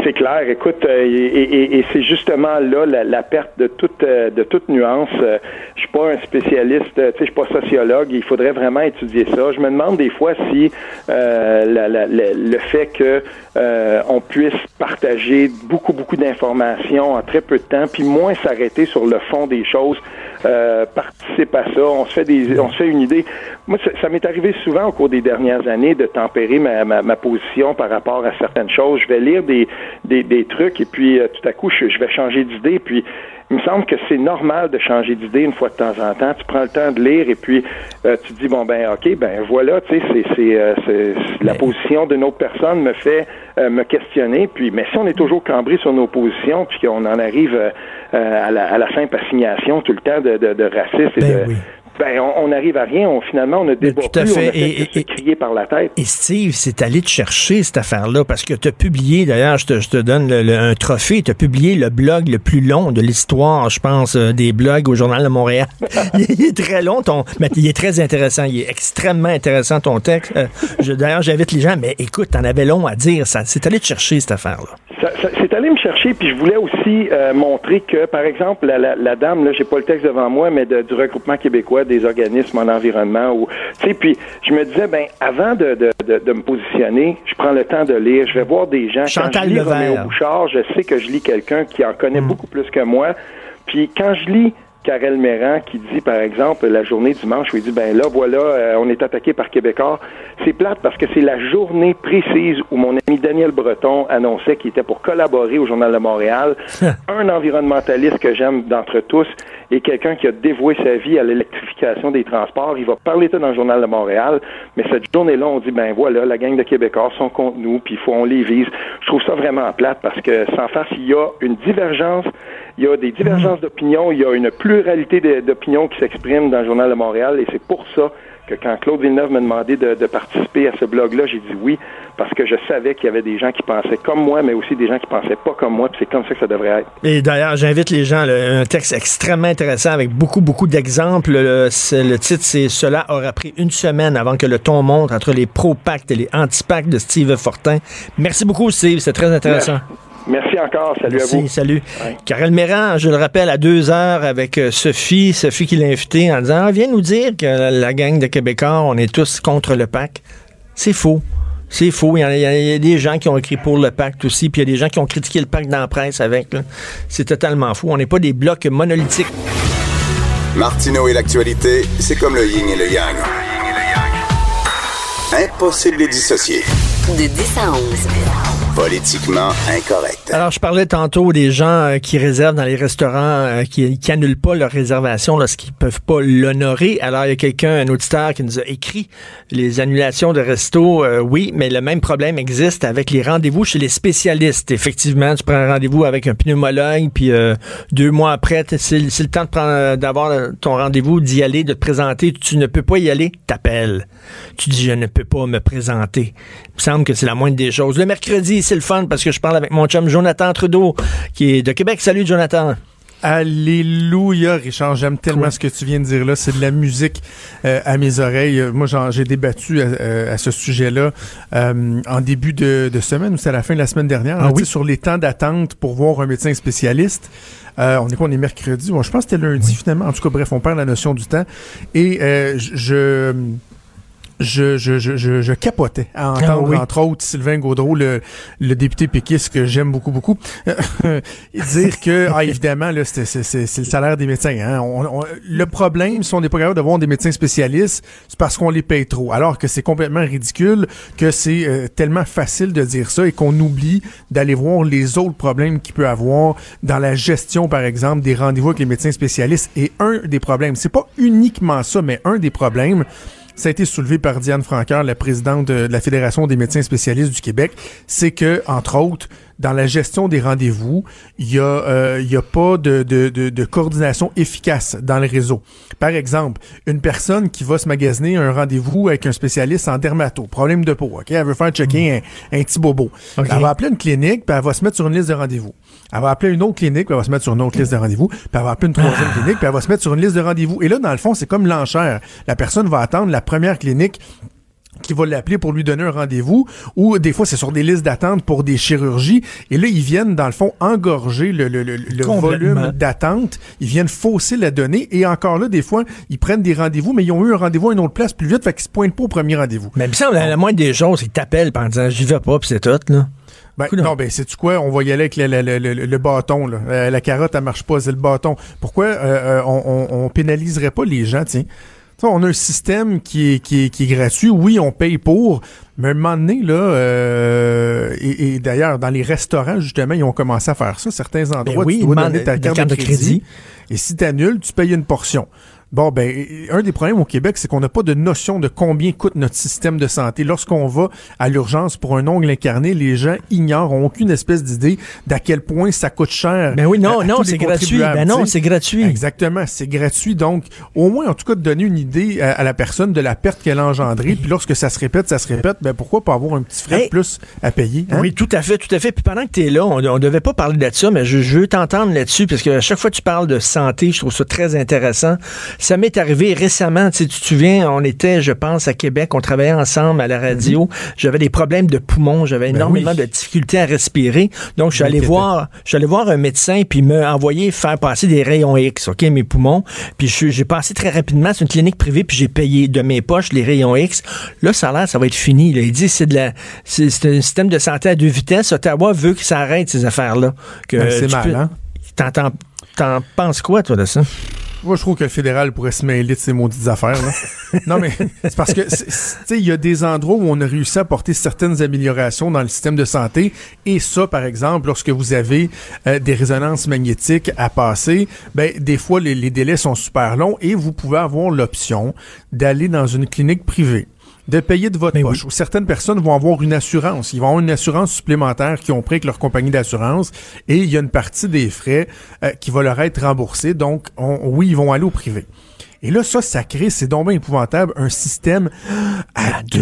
Speaker 5: C'est clair. Écoute, euh, et, et, et c'est justement là la, la perte de toute euh, de toute nuance. Euh, je suis pas un spécialiste, tu sais, je suis pas sociologue. Il faudrait vraiment étudier ça. Je me demande des fois si euh, la, la, la, le fait que euh, on puisse partager beaucoup beaucoup d'informations en très peu de temps, puis moins s'arrêter sur le fond des choses. Euh, participe à ça, on se fait des, on se fait une idée. Moi, ça, ça m'est arrivé souvent au cours des dernières années de tempérer ma, ma, ma position par rapport à certaines choses. Je vais lire des, des, des trucs et puis euh, tout à coup, je, je vais changer d'idée. Puis il me semble que c'est normal de changer d'idée une fois de temps en temps. Tu prends le temps de lire et puis euh, tu te dis bon ben ok ben voilà, tu sais c'est c'est, euh, c'est, c'est la position d'une autre personne me fait euh, me questionner. Puis mais si on est toujours cambré sur nos positions puis qu'on en arrive euh, à, la, à la simple assignation tout le temps de, de, de racisme et
Speaker 3: ben
Speaker 5: de
Speaker 3: oui.
Speaker 5: Ben, on n'arrive à rien. On, finalement, on ne débat
Speaker 3: tout à
Speaker 5: plus.
Speaker 3: fait.
Speaker 5: On a fait
Speaker 3: Et,
Speaker 5: que
Speaker 3: et,
Speaker 5: se crier par la tête.
Speaker 3: Et Steve, c'est allé te chercher cette affaire-là parce que tu as publié, d'ailleurs, je te, je te donne le, le, un trophée, tu as publié le blog le plus long de l'histoire, je pense, euh, des blogs au Journal de Montréal. il, il est très long, ton, mais il est très intéressant. Il est extrêmement intéressant, ton texte. Euh, je, d'ailleurs, j'invite les gens, mais écoute, t'en avais long à dire. Ça, c'est allé te chercher cette affaire-là. Ça,
Speaker 5: ça, c'est allé me chercher, puis je voulais aussi euh, montrer que, par exemple, la, la, la dame, là, j'ai pas le texte devant moi, mais de, du regroupement québécois des organismes en environnement, ou tu sais, puis je me disais, ben, avant de, de, de, de me positionner, je prends le temps de lire, je vais voir des gens.
Speaker 3: Chantal
Speaker 5: quand je lis Roméo Bouchard, je sais que je lis quelqu'un qui en connaît mm. beaucoup plus que moi, puis quand je lis Karel Méran qui dit, par exemple, la journée dimanche, où il dit, ben là, voilà, euh, on est attaqué par Québécois. C'est plate parce que c'est la journée précise où mon ami Daniel Breton annonçait qu'il était pour collaborer au Journal de Montréal. Un environnementaliste que j'aime d'entre tous et quelqu'un qui a dévoué sa vie à l'électrification des transports. Il va parler ça dans le Journal de Montréal, mais cette journée-là, on dit, ben voilà, la gang de Québécois sont contre nous, puis il faut on les vise. Je trouve ça vraiment plate parce que, sans face, il y a une divergence, il y a des divergences d'opinion, il y a une pluralité d'opinions qui s'expriment dans le Journal de Montréal, et c'est pour ça que quand Claude Villeneuve m'a demandé de, de participer à ce blog-là, j'ai dit oui, parce que je savais qu'il y avait des gens qui pensaient comme moi, mais aussi des gens qui pensaient pas comme moi, puis c'est comme ça que ça devrait être.
Speaker 3: Et d'ailleurs, j'invite les gens, là, un texte extrêmement intéressant avec beaucoup, beaucoup d'exemples. Le, le titre, c'est « Cela aura pris une semaine avant que le ton monte entre les pro-pactes et les anti-pactes » de Steve Fortin. Merci beaucoup, Steve, c'est très intéressant.
Speaker 5: Merci. Merci encore. Salut
Speaker 3: Merci,
Speaker 5: à vous.
Speaker 3: Salut.
Speaker 5: Ouais.
Speaker 3: Karel Méran, je le rappelle, à deux heures avec euh, Sophie. Sophie qui l'a invité en disant ah, « Viens nous dire que la, la gang de Québécois, on est tous contre le pacte. » C'est faux. C'est faux. Il y, a, il y a des gens qui ont écrit pour le pacte aussi, puis il y a des gens qui ont critiqué le pacte dans la presse avec. Là. C'est totalement faux. On n'est pas des blocs monolithiques.
Speaker 2: Martineau et l'actualité, c'est comme le yin et le yang. Impossible de les dissocier.
Speaker 1: De dix à onze.
Speaker 2: Politiquement incorrect.
Speaker 3: Alors, je parlais tantôt des gens euh, qui réservent dans les restaurants, euh, qui, qui annulent pas leur réservation lorsqu'ils peuvent pas l'honorer. Alors, il y a quelqu'un, un auditeur, qui nous a écrit les annulations de resto. Euh, oui, mais le même problème existe avec les rendez-vous chez les spécialistes. Effectivement, tu prends un rendez-vous avec un pneumologue, puis euh, deux mois après, c'est, c'est le temps de prendre, d'avoir ton rendez-vous, d'y aller, de te présenter. Tu ne peux pas y aller, t'appelles. Tu dis, je ne peux pas me présenter. Il me semble que c'est la moindre des choses. Le mercredi, c'est le fun parce que je parle avec mon chum Jonathan Trudeau, qui est de Québec. Salut, Jonathan.
Speaker 6: Alléluia, Richard, j'aime tellement cool. Ce que tu viens de dire là, c'est de la musique euh, à mes oreilles. Moi, j'en, j'ai débattu à, à ce sujet-là euh, en début de, de semaine, ou c'est à la fin de la semaine dernière, ah, hein, oui? Sur les temps d'attente pour voir un médecin spécialiste. Euh, on est quoi, on est mercredi? Bon, je pense que c'était lundi, oui. Finalement. En tout cas, bref, on perd la notion du temps. Et euh, je... Je, je, je, je, je capotais à entendre, ah oui. Entre autres, Sylvain Gaudreault, le, le député péquiste que j'aime beaucoup, beaucoup, dire que, ah, évidemment, là, c'est, c'est, c'est, c'est le salaire des médecins. Hein. On, on, le problème, si on n'est pas capable d'avoir des médecins spécialistes, c'est parce qu'on les paye trop. Alors que c'est complètement ridicule, que c'est euh, tellement facile de dire ça et qu'on oublie d'aller voir les autres problèmes qu'il peut avoir dans la gestion, par exemple, des rendez-vous avec les médecins spécialistes. Et un des problèmes, c'est pas uniquement ça, mais un des problèmes, ça a été soulevé par Diane Franqueur, la présidente de la Fédération des médecins spécialistes du Québec, c'est que, entre autres, dans la gestion des rendez-vous, il y a, euh, il y a pas de, de, de, de coordination efficace dans le réseau. Par exemple, une personne qui va se magasiner un rendez-vous avec un spécialiste en dermato, problème de peau, ok, elle veut faire checker mmh. un, un petit bobo. Okay. Elle va appeler une clinique, puis elle va se mettre sur une liste de rendez-vous. Elle va appeler une autre clinique, puis elle va se mettre sur une autre liste de rendez-vous, puis elle va appeler une troisième ah. clinique, puis elle va se mettre sur une liste de rendez-vous. Et là, dans le fond, c'est comme l'enchère. La personne va attendre la première clinique qui va l'appeler pour lui donner un rendez-vous, ou des fois, c'est sur des listes d'attente pour des chirurgies, et là, ils viennent, dans le fond, engorger le, le, le, le volume d'attente, ils viennent fausser la donnée, et encore là, des fois, ils prennent des rendez-vous, mais ils ont eu un rendez-vous à une autre place plus vite, fait qu'ils se pointent pas au premier rendez-vous.
Speaker 3: Mais il me semble, la, la moindre des choses, ils t'appellent en disant « j'y vais pas », puis c'est tout, là.
Speaker 6: Ben, non, ben, sais-tu quoi? On va y aller avec le, le, le, le, le bâton, là. Euh, la carotte, elle marche pas, c'est le bâton. Pourquoi euh, on, on, on pénaliserait pas les gens, tiens? T'sais, on a un système qui est, qui est, qui est gratuit. Oui, on paye pour, mais à un moment donné, là, euh, et, et d'ailleurs, dans les restaurants, justement, ils ont commencé à faire ça. Certains endroits, ben oui, tu dois donner ta carte, carte de, crédit, de crédit. Et si tu annules, tu payes une portion. Bon, ben, un des problèmes au Québec, c'est qu'on n'a pas de notion de combien coûte notre système de santé. Lorsqu'on va à l'urgence pour un ongle incarné, les gens ignorent, ont aucune espèce d'idée d'à quel point ça coûte cher.
Speaker 3: Ben oui, non, à, à non, c'est gratuit. Ben non, c'est gratuit.
Speaker 6: Exactement, c'est gratuit. Donc, au moins, en tout cas, de donner une idée à, à la personne de la perte qu'elle a engendrée. Puis lorsque ça se répète, ça se répète, ben pourquoi pas avoir un petit frais hey, de plus à payer? Hein?
Speaker 3: Oui, tout à fait, tout à fait. Puis pendant que tu es là, on, on devait pas parler de ça, mais je, je veux t'entendre là-dessus, parce que à chaque fois que tu parles de santé, je trouve ça très intéressant. Ça m'est arrivé récemment, tu te souviens, on était, je pense, à Québec, on travaillait ensemble à la radio, mm-hmm. J'avais des problèmes de poumons, j'avais ben énormément oui. de difficultés à respirer, donc je suis allé voir, je suis allé voir un médecin, puis il m'a envoyé faire passer des rayons X, ok, mes poumons, puis je, j'ai passé très rapidement, c'est une clinique privée, puis j'ai payé de mes poches les rayons X, là, ça a l'air, ça va être fini, là. Il dit, c'est de la, c'est, c'est un système de santé à deux vitesses, Ottawa veut que ça arrête, ces affaires-là. Que
Speaker 6: ben, c'est mal, peux, hein?
Speaker 3: T'en, t'en penses quoi, toi, de ça?
Speaker 6: Moi, je trouve que le fédéral pourrait se mêler de ces maudites affaires, là. Non, mais c'est parce que, tu sais, il y a des endroits où on a réussi à apporter certaines améliorations dans le système de santé. Et ça, par exemple, lorsque vous avez euh, des résonances magnétiques à passer, ben, des fois, les, les délais sont super longs et vous pouvez avoir l'option d'aller dans une clinique privée, de payer de votre Mais poche. Oui. Certaines personnes vont avoir une assurance. Ils vont avoir une assurance supplémentaire qu'ils ont pris avec leur compagnie d'assurance et il y a une partie des frais euh, qui va leur être remboursée. Donc, on, oui, ils vont aller au privé. Et là, ça, ça crée, c'est donc bien épouvantable, un système à deux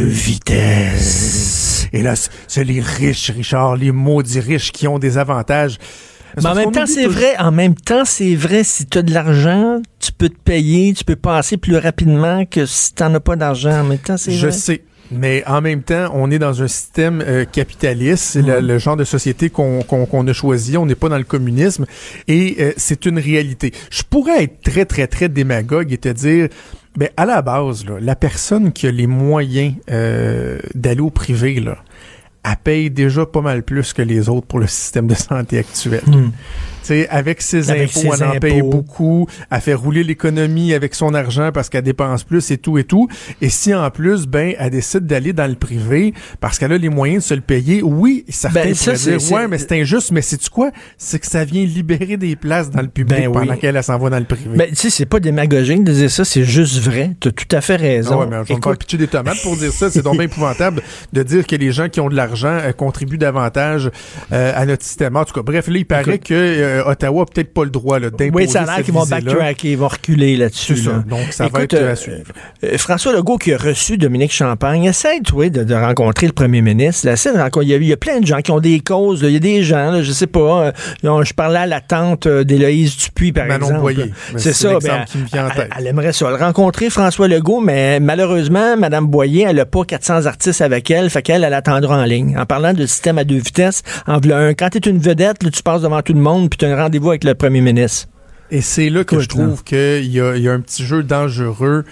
Speaker 6: vitesses. Et là, c'est les riches, Richard, les maudits riches qui ont des avantages.
Speaker 3: Mais en même temps, c'est vrai, en même temps, c'est vrai, si tu as de l'argent, tu peux te payer, tu peux passer plus rapidement que si tu n'en as pas d'argent. En même temps, c'est
Speaker 6: Je
Speaker 3: vrai.
Speaker 6: Je sais. Mais en même temps, on est dans un système euh, capitaliste. C'est mmh. le, le genre de société qu'on, qu'on, qu'on a choisi. On n'est pas dans le communisme. Et euh, c'est une réalité. Je pourrais être très, très, très démagogue et te dire, ben à la base, là, la personne qui a les moyens euh, d'aller au privé, là, elle paye déjà pas mal plus que les autres pour le système de santé actuel. Mmh. T'sais, avec ses avec impôts, ses elle impôts. en paye beaucoup. Elle fait rouler l'économie avec son argent parce qu'elle dépense plus et tout et tout. Et si en plus, ben, elle décide d'aller dans le privé parce qu'elle a les moyens de se le payer, oui, certains ben, ça, pourraient dire, c'est, ouais, mais c'est injuste. Mais sais-tu quoi? C'est que ça vient libérer des places dans le public ben, pendant oui. qu'elle elle s'en va dans le privé.
Speaker 3: Ben, tu sais, c'est pas démagogique de dire ça, c'est juste vrai. T'as tout à fait raison.
Speaker 6: Ah ouais, mais je vais me faire pitcher des tomates pour dire ça. C'est donc bien épouvantable de dire que les gens qui ont de l'argent euh, contribuent davantage euh, à notre système. En tout cas, bref, là, il paraît Écoute. que euh, Ottawa a peut-être pas le droit là, d'imposer
Speaker 3: Oui, ça a l'air qu'ils vont backtracker, ils vont reculer là-dessus.
Speaker 6: C'est ça.
Speaker 3: Là.
Speaker 6: Donc, ça
Speaker 3: Écoute,
Speaker 6: va être euh, à suivre.
Speaker 3: Euh, François Legault qui a reçu Dominique Champagne, essaie, toi, de, de rencontrer le premier ministre. Essaie de rencontrer, il, y a, il y a plein de gens qui ont des causes. Là. Il y a des gens, là, je sais pas, euh, je parlais à la tante d'Éloïse Dupuis, par
Speaker 6: Manon
Speaker 3: exemple.
Speaker 6: Boyer.
Speaker 3: C'est, c'est ça. Ben,
Speaker 6: qui me vient en tête.
Speaker 3: Elle, elle aimerait ça, le rencontrer, François Legault, mais malheureusement, Mme Boyer, elle n'a pas quatre cents artistes avec elle, fait qu'elle, elle attendra en ligne. En parlant de système à deux vitesses, en un, quand tu es une vedette, là, tu passes devant tout le monde puis tu as un rendez-vous avec le premier ministre.
Speaker 6: Et c'est là que Écoute, je trouve qu'il y a, y a un petit jeu dangereux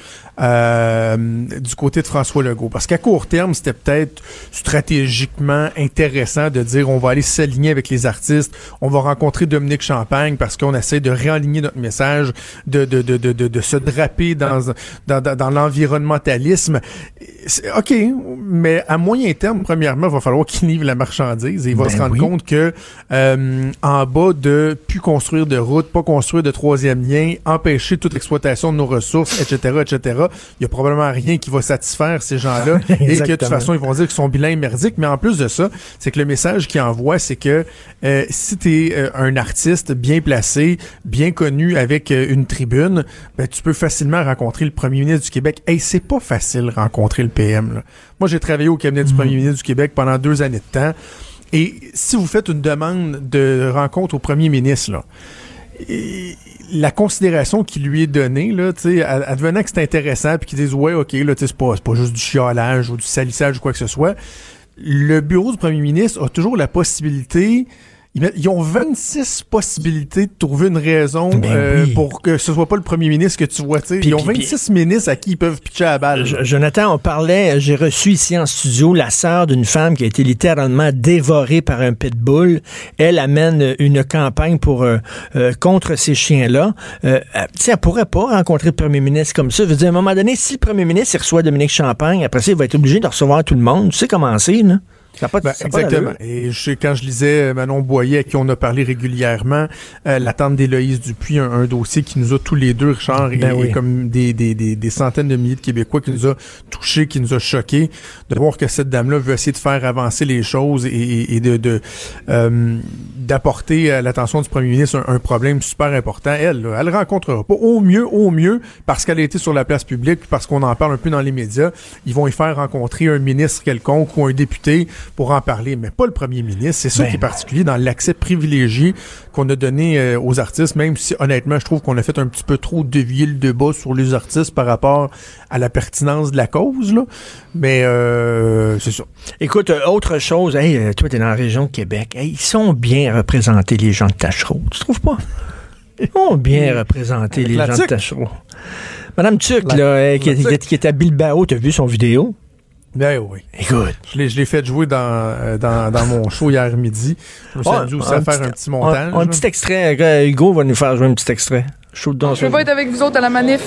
Speaker 6: euh, du côté de François Legault. Parce qu'à court terme, c'était peut-être stratégiquement intéressant de dire on va aller s'aligner avec les artistes, on va rencontrer Dominique Champagne parce qu'on essaie de réaligner notre message, de, de, de, de, de, de se draper dans, dans, dans, dans l'environnementalisme. C'est, OK, mais à moyen terme, premièrement, il va falloir qu'il livre la marchandise et il va ben se rendre oui. compte que euh, en bas de plus construire de routes, pas construire de troisième lien, empêcher toute exploitation de nos ressources, et cetera, et cetera. Il y a probablement rien qui va satisfaire ces gens-là et que de toute façon, ils vont dire que son bilan est merdique. Mais en plus de ça, c'est que le message qu'il envoie, c'est que euh, si tu es euh, un artiste bien placé, bien connu avec euh, une tribune, ben, tu peux facilement rencontrer le premier ministre du Québec. Hey, c'est pas facile rencontrer le P M. Là. Moi, j'ai travaillé au cabinet mmh. du premier ministre du Québec pendant deux années de temps. Et si vous faites une demande de rencontre au premier ministre, là, Et la considération qui lui est donnée, là, tu sais, advenant que c'est intéressant, puis qu'ils disent, ouais, ok, là, tu sais, c'est pas, c'est pas juste du chiolage ou du salissage ou quoi que ce soit. Le bureau du premier ministre a toujours la possibilité. Ils ont vingt-six possibilités de trouver une raison ben euh, oui. pour que ce soit pas le premier ministre que tu vois. Puis, ils ont vingt-six pis, ministres à qui ils peuvent pitcher à la balle.
Speaker 3: Je, Jonathan, on parlait, j'ai reçu ici en studio la sœur d'une femme qui a été littéralement dévorée par un pitbull. Elle amène une campagne pour euh, euh, contre ces chiens-là. Euh, tu sais, elle pourrait pas rencontrer le premier ministre comme ça. Je veux dire, à un moment donné, si le premier ministre il reçoit Dominique Champagne, après ça, il va être obligé de recevoir tout le monde. Tu sais comment c'est, là? Ça pas,
Speaker 6: ben,
Speaker 3: ça
Speaker 6: exactement. Et je sais, quand je lisais Manon Boyer, à qui on a parlé régulièrement, euh, la tante d'Éloïse Dupuis, un, un dossier qui nous a tous les deux, Richard, ben et, oui. et comme des, des, des, des centaines de milliers de Québécois, qui nous a touchés, qui nous a choqués, de voir que cette dame-là veut essayer de faire avancer les choses et, et, et de, de euh, d'apporter à l'attention du premier ministre un, un problème super important. Elle, là, elle rencontrera pas. Au mieux, au mieux, parce qu'elle a été sur la place publique, parce qu'on en parle un peu dans les médias, ils vont y faire rencontrer un ministre quelconque ou un député pour en parler, mais pas le premier ministre. C'est ça ben. qui est particulier dans l'accès privilégié qu'on a donné euh, aux artistes, même si, honnêtement, je trouve qu'on a fait un petit peu trop dévier le débat sur les artistes par rapport à la pertinence de la cause, là. Mais, euh, c'est ça.
Speaker 3: Écoute, euh, autre chose, hey, euh, toi, t'es dans la région de Québec. Hey, ils sont bien représentés, les gens de Tachereau. Tu trouves pas? Ils sont bien représentés, les gens de Tachereau. Madame Tuc, la, là, euh, qui, qui, qui est à Bilbao, t'as vu son vidéo?
Speaker 6: Ben oui.
Speaker 3: Écoute.
Speaker 6: Je l'ai, je l'ai fait jouer dans, euh, dans, dans mon show hier midi. Je me suis amusé aussi à faire petit, un petit montage.
Speaker 3: Un, un petit extrait. Hugo va nous faire jouer un petit extrait.
Speaker 7: Je ne peux pas être avec vous autres à la manif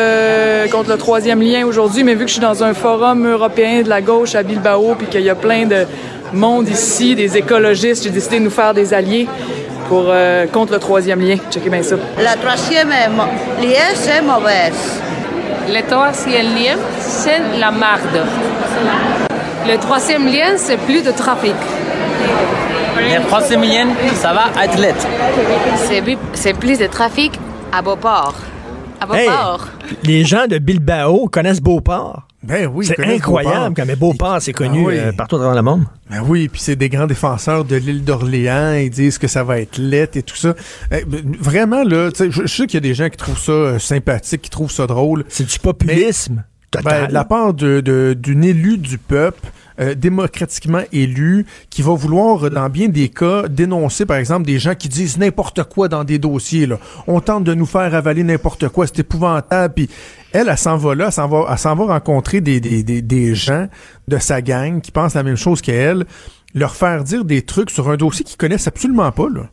Speaker 7: euh, contre le troisième lien aujourd'hui, mais vu que je suis dans un forum européen de la gauche à Bilbao, puis qu'il y a plein de monde ici, des écologistes, j'ai décidé de nous faire des alliés pour euh, contre le troisième lien. Checkez bien ça.
Speaker 8: Le troisième lien, c'est mauvaise.
Speaker 9: Le troisième lien, c'est la merde. Le troisième lien, c'est plus de trafic.
Speaker 10: Le troisième lien, ça va être lettre.
Speaker 11: C'est, c'est plus de trafic à Beauport. À Beauport.
Speaker 3: Hey, les gens de Bilbao connaissent Beauport.
Speaker 6: Ben oui,
Speaker 3: c'est incroyable quand même Beauport, c'est connu ah oui. euh, partout dans le monde.
Speaker 6: Ben oui, puis c'est des grands défenseurs de l'île d'Orléans, ils disent que ça va être lettre et tout ça. Eh, vraiment là, tu sais, je, je sais qu'il y a des gens qui trouvent ça euh, sympathique, qui trouvent ça drôle.
Speaker 3: C'est du populisme.
Speaker 6: Mais, ben, de la part de, de, d'une élue du peuple, euh, démocratiquement élue, qui va vouloir, dans bien des cas, dénoncer, par exemple, des gens qui disent n'importe quoi dans des dossiers, là. On tente de nous faire avaler n'importe quoi, c'est épouvantable, puis elle, elle s'en va là, elle s'en va, elle s'en va rencontrer des, des, des, des gens de sa gang qui pensent la même chose qu'elle, leur faire dire des trucs sur un dossier qu'ils connaissent absolument pas, là.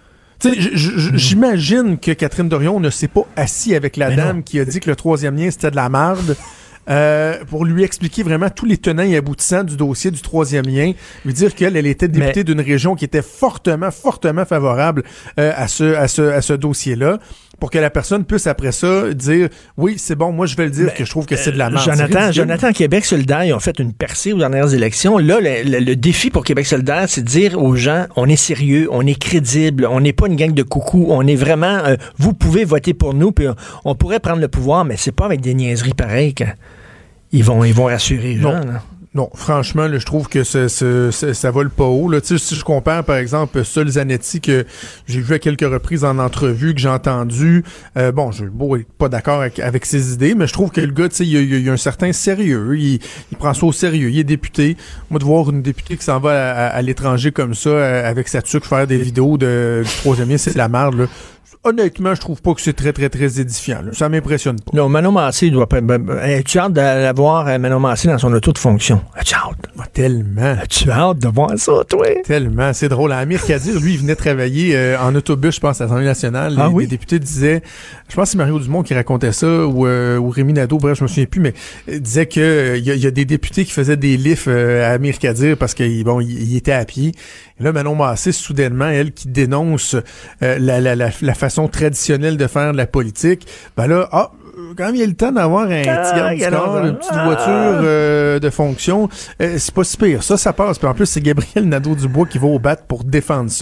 Speaker 6: Tu sais, j'imagine que Catherine Dorion ne s'est pas assis avec la Mais dame non. qui a dit que le troisième lien, c'était de la merde. Euh, pour lui expliquer vraiment tous les tenants et aboutissants du dossier du troisième lien, lui dire qu'elle, elle était députée Mais... d'une région qui était fortement, fortement favorable euh, à ce, à ce, à ce dossier-là, pour que la personne puisse après ça dire oui, c'est bon, moi je vais le dire Mais, que je trouve que c'est de la merde.
Speaker 3: Jonathan, Jonathan, Québec solidaire, ils ont fait une percée aux dernières élections. Là, le, le, le défi pour Québec solidaire, c'est de dire aux gens, on est sérieux, on est crédible, on n'est pas une gang de coucous, on est vraiment, euh, vous pouvez voter pour nous, puis on, on pourrait prendre le pouvoir, mais c'est pas avec des niaiseries pareilles que Ils vont, ils vont rassurer les gens.
Speaker 6: Non, là. non franchement, là, je trouve que c'est, c'est, c'est, ça vole pas haut. Là. Si je compare, par exemple, Sol Zanetti, que j'ai vu à quelques reprises en entrevue, que j'ai entendu, euh, bon, je suis pas d'accord avec, avec ses idées, mais je trouve que le gars, tu sais, il, il, il a un certain sérieux. Il, il prend ça au sérieux. Il est député. Moi, de voir une députée qui s'en va à, à, à l'étranger comme ça, avec sa tuque, faire des vidéos de, du troisième lien, c'est de la merde, là. Honnêtement, je trouve pas que c'est très, très, très édifiant. Là. Ça m'impressionne pas.
Speaker 3: Non, Manon Massé, il doit pas... As-tu hâte d'avoir Manon Massé dans son auto de fonction? As-tu hâte?
Speaker 6: Ah, tellement.
Speaker 3: As-tu hâte de voir ça, toi?
Speaker 6: Tellement. C'est drôle. Amir Kadir, lui, il venait travailler euh, en autobus, je pense, à l'Assemblée nationale. Ah, les, oui? les députés disaient... Je pense que c'est Mario Dumont qui racontait ça, ou, euh, ou Rémi Nadeau, bref, je me souviens plus, mais euh, disait que euh, y, a, y a des députés qui faisaient des lifts euh, à Amir Kadir parce qu'il bon, il, il était à pied. Et là, Manon Massé, soudainement, elle qui dénonce euh, la, la, la, la façon traditionnelle de faire de la politique, ben là, ah, quand même, il y a le temps d'avoir un ah, petit garde du corps, une petite ah. voiture euh, de fonction, euh, c'est pas si pire. Ça, ça passe. Puis en plus, c'est Gabriel Nadeau-Dubois qui va au bat pour défendre ça. Je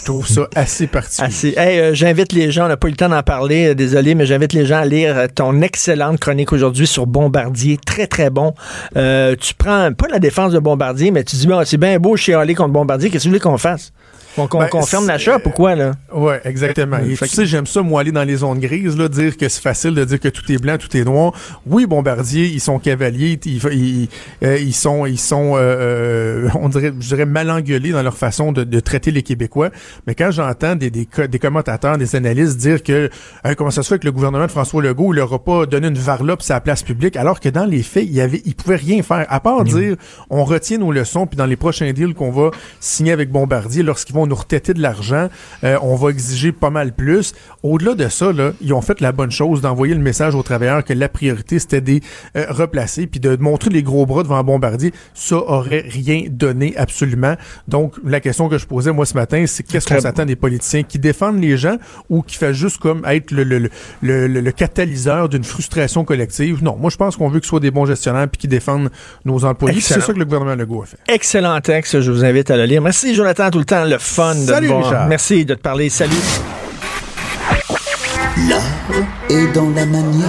Speaker 6: Je trouve ça assez particulier.
Speaker 3: Assez. Hey, euh, j'invite les gens, on n'a pas eu le temps d'en parler, euh, désolé, mais j'invite les gens à lire euh, ton excellente chronique aujourd'hui sur Bombardier. Très, très bon. Euh, tu prends pas la défense de Bombardier, mais tu dis, bon, c'est bien beau chialer contre Bombardier, qu'est-ce que tu veux qu'on fasse? Qu'on qu'on
Speaker 6: ben,
Speaker 3: confirme l'achat, pourquoi, là?
Speaker 6: Oui, exactement. Et tu sais, j'aime ça, moi, aller dans les zones grises, là, dire que c'est facile de dire que tout est blanc, tout est noir. Oui, Bombardier, ils sont cavaliers, ils, ils, euh, ils sont, ils sont euh, on dirait, je dirais, mal engueulés dans leur façon de, de traiter les Québécois. Mais quand j'entends des, des, des commentateurs, des analystes dire que hein, comment ça se fait que le gouvernement de François Legault, il leur a pas donné une varlope sur la place publique, alors que dans les faits, il y avait, il pouvait rien faire, à part mmh. dire, on retient nos leçons, puis dans les prochains deals qu'on va signer avec Bombardier, lorsqu'ils vont nous retêter de l'argent, euh, on va exiger pas mal plus. Au-delà de ça, là, ils ont fait la bonne chose d'envoyer le message aux travailleurs que la priorité, c'était des euh, replacer, puis de montrer les gros bras devant Bombardier. Ça aurait rien donné absolument. Donc, la question que je posais, moi, ce matin, c'est qu'est-ce qu'on s'attend des politiciens qui défendent les gens ou qui fait juste comme être le, le, le, le, le catalyseur d'une frustration collective? Non, moi, je pense qu'on veut que ce soit des bons gestionnaires puis qui défendent nos employés. C'est ça que le gouvernement Legault a fait.
Speaker 3: Excellent texte, je vous invite à le lire. Merci, Jonathan, tout le temps, le fun de
Speaker 6: Salut,
Speaker 3: te voir.
Speaker 6: Richard.
Speaker 3: Merci de te parler. Salut.
Speaker 2: L'art est dans la manière.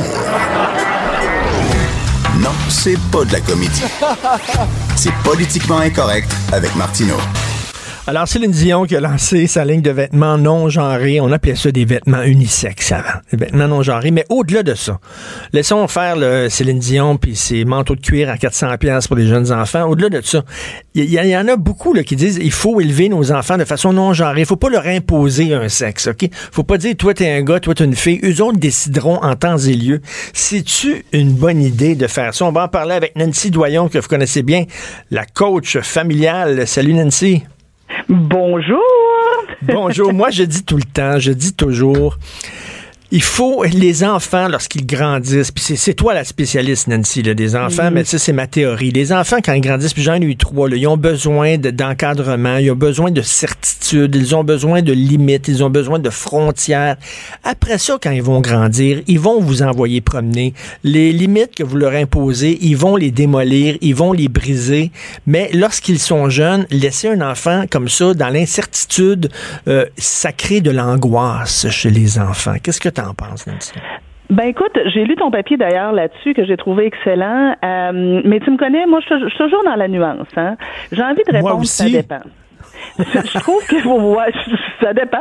Speaker 2: Non, c'est pas de la comédie. C'est Politiquement Incorrect avec Martineau.
Speaker 3: Alors, Céline Dion qui a lancé sa ligne de vêtements non genrés. On appelait ça des vêtements unisexes avant. Des vêtements non genrés. Mais au-delà de ça, laissons faire le Céline Dion puis ses manteaux de cuir à quatre cents dollars pour les jeunes enfants. Au-delà de ça, il y, y, y en a beaucoup là, qui disent il faut élever nos enfants de façon non genrée. Il faut pas leur imposer un sexe, OK? Faut pas dire toi t'es un gars, toi t'es une fille. Eux autres décideront en temps et lieu. C'est-tu une bonne idée de faire ça? On va en parler avec Nancy Doyon, que vous connaissez bien, la coach familiale. Salut Nancy.
Speaker 12: Bonjour.
Speaker 3: Bonjour. Moi, je dis tout le temps, je dis toujours, il faut, les enfants, lorsqu'ils grandissent, puis c'est, c'est toi la spécialiste, Nancy, là, des enfants, mmh. mais ça, c'est ma théorie. Les enfants, quand ils grandissent, puis j'en ai eu trois, là, ils ont besoin de, d'encadrement, ils ont besoin de certitude, ils ont besoin de limites, ils ont besoin de frontières. Après ça, quand ils vont grandir, ils vont vous envoyer promener. Les limites que vous leur imposez, ils vont les démolir, ils vont les briser. Mais lorsqu'ils sont jeunes, laisser un enfant comme ça, dans l'incertitude, euh, ça crée de l'angoisse chez les enfants. Qu'est-ce que t'en penses, Nancy?
Speaker 12: Ben écoute, j'ai lu ton papier d'ailleurs là-dessus que j'ai trouvé excellent, euh, mais tu me connais, moi je suis toujours dans la nuance. Hein? J'ai envie de répondre, moi aussi. Ça dépend. Je trouve que ouais, ça dépend.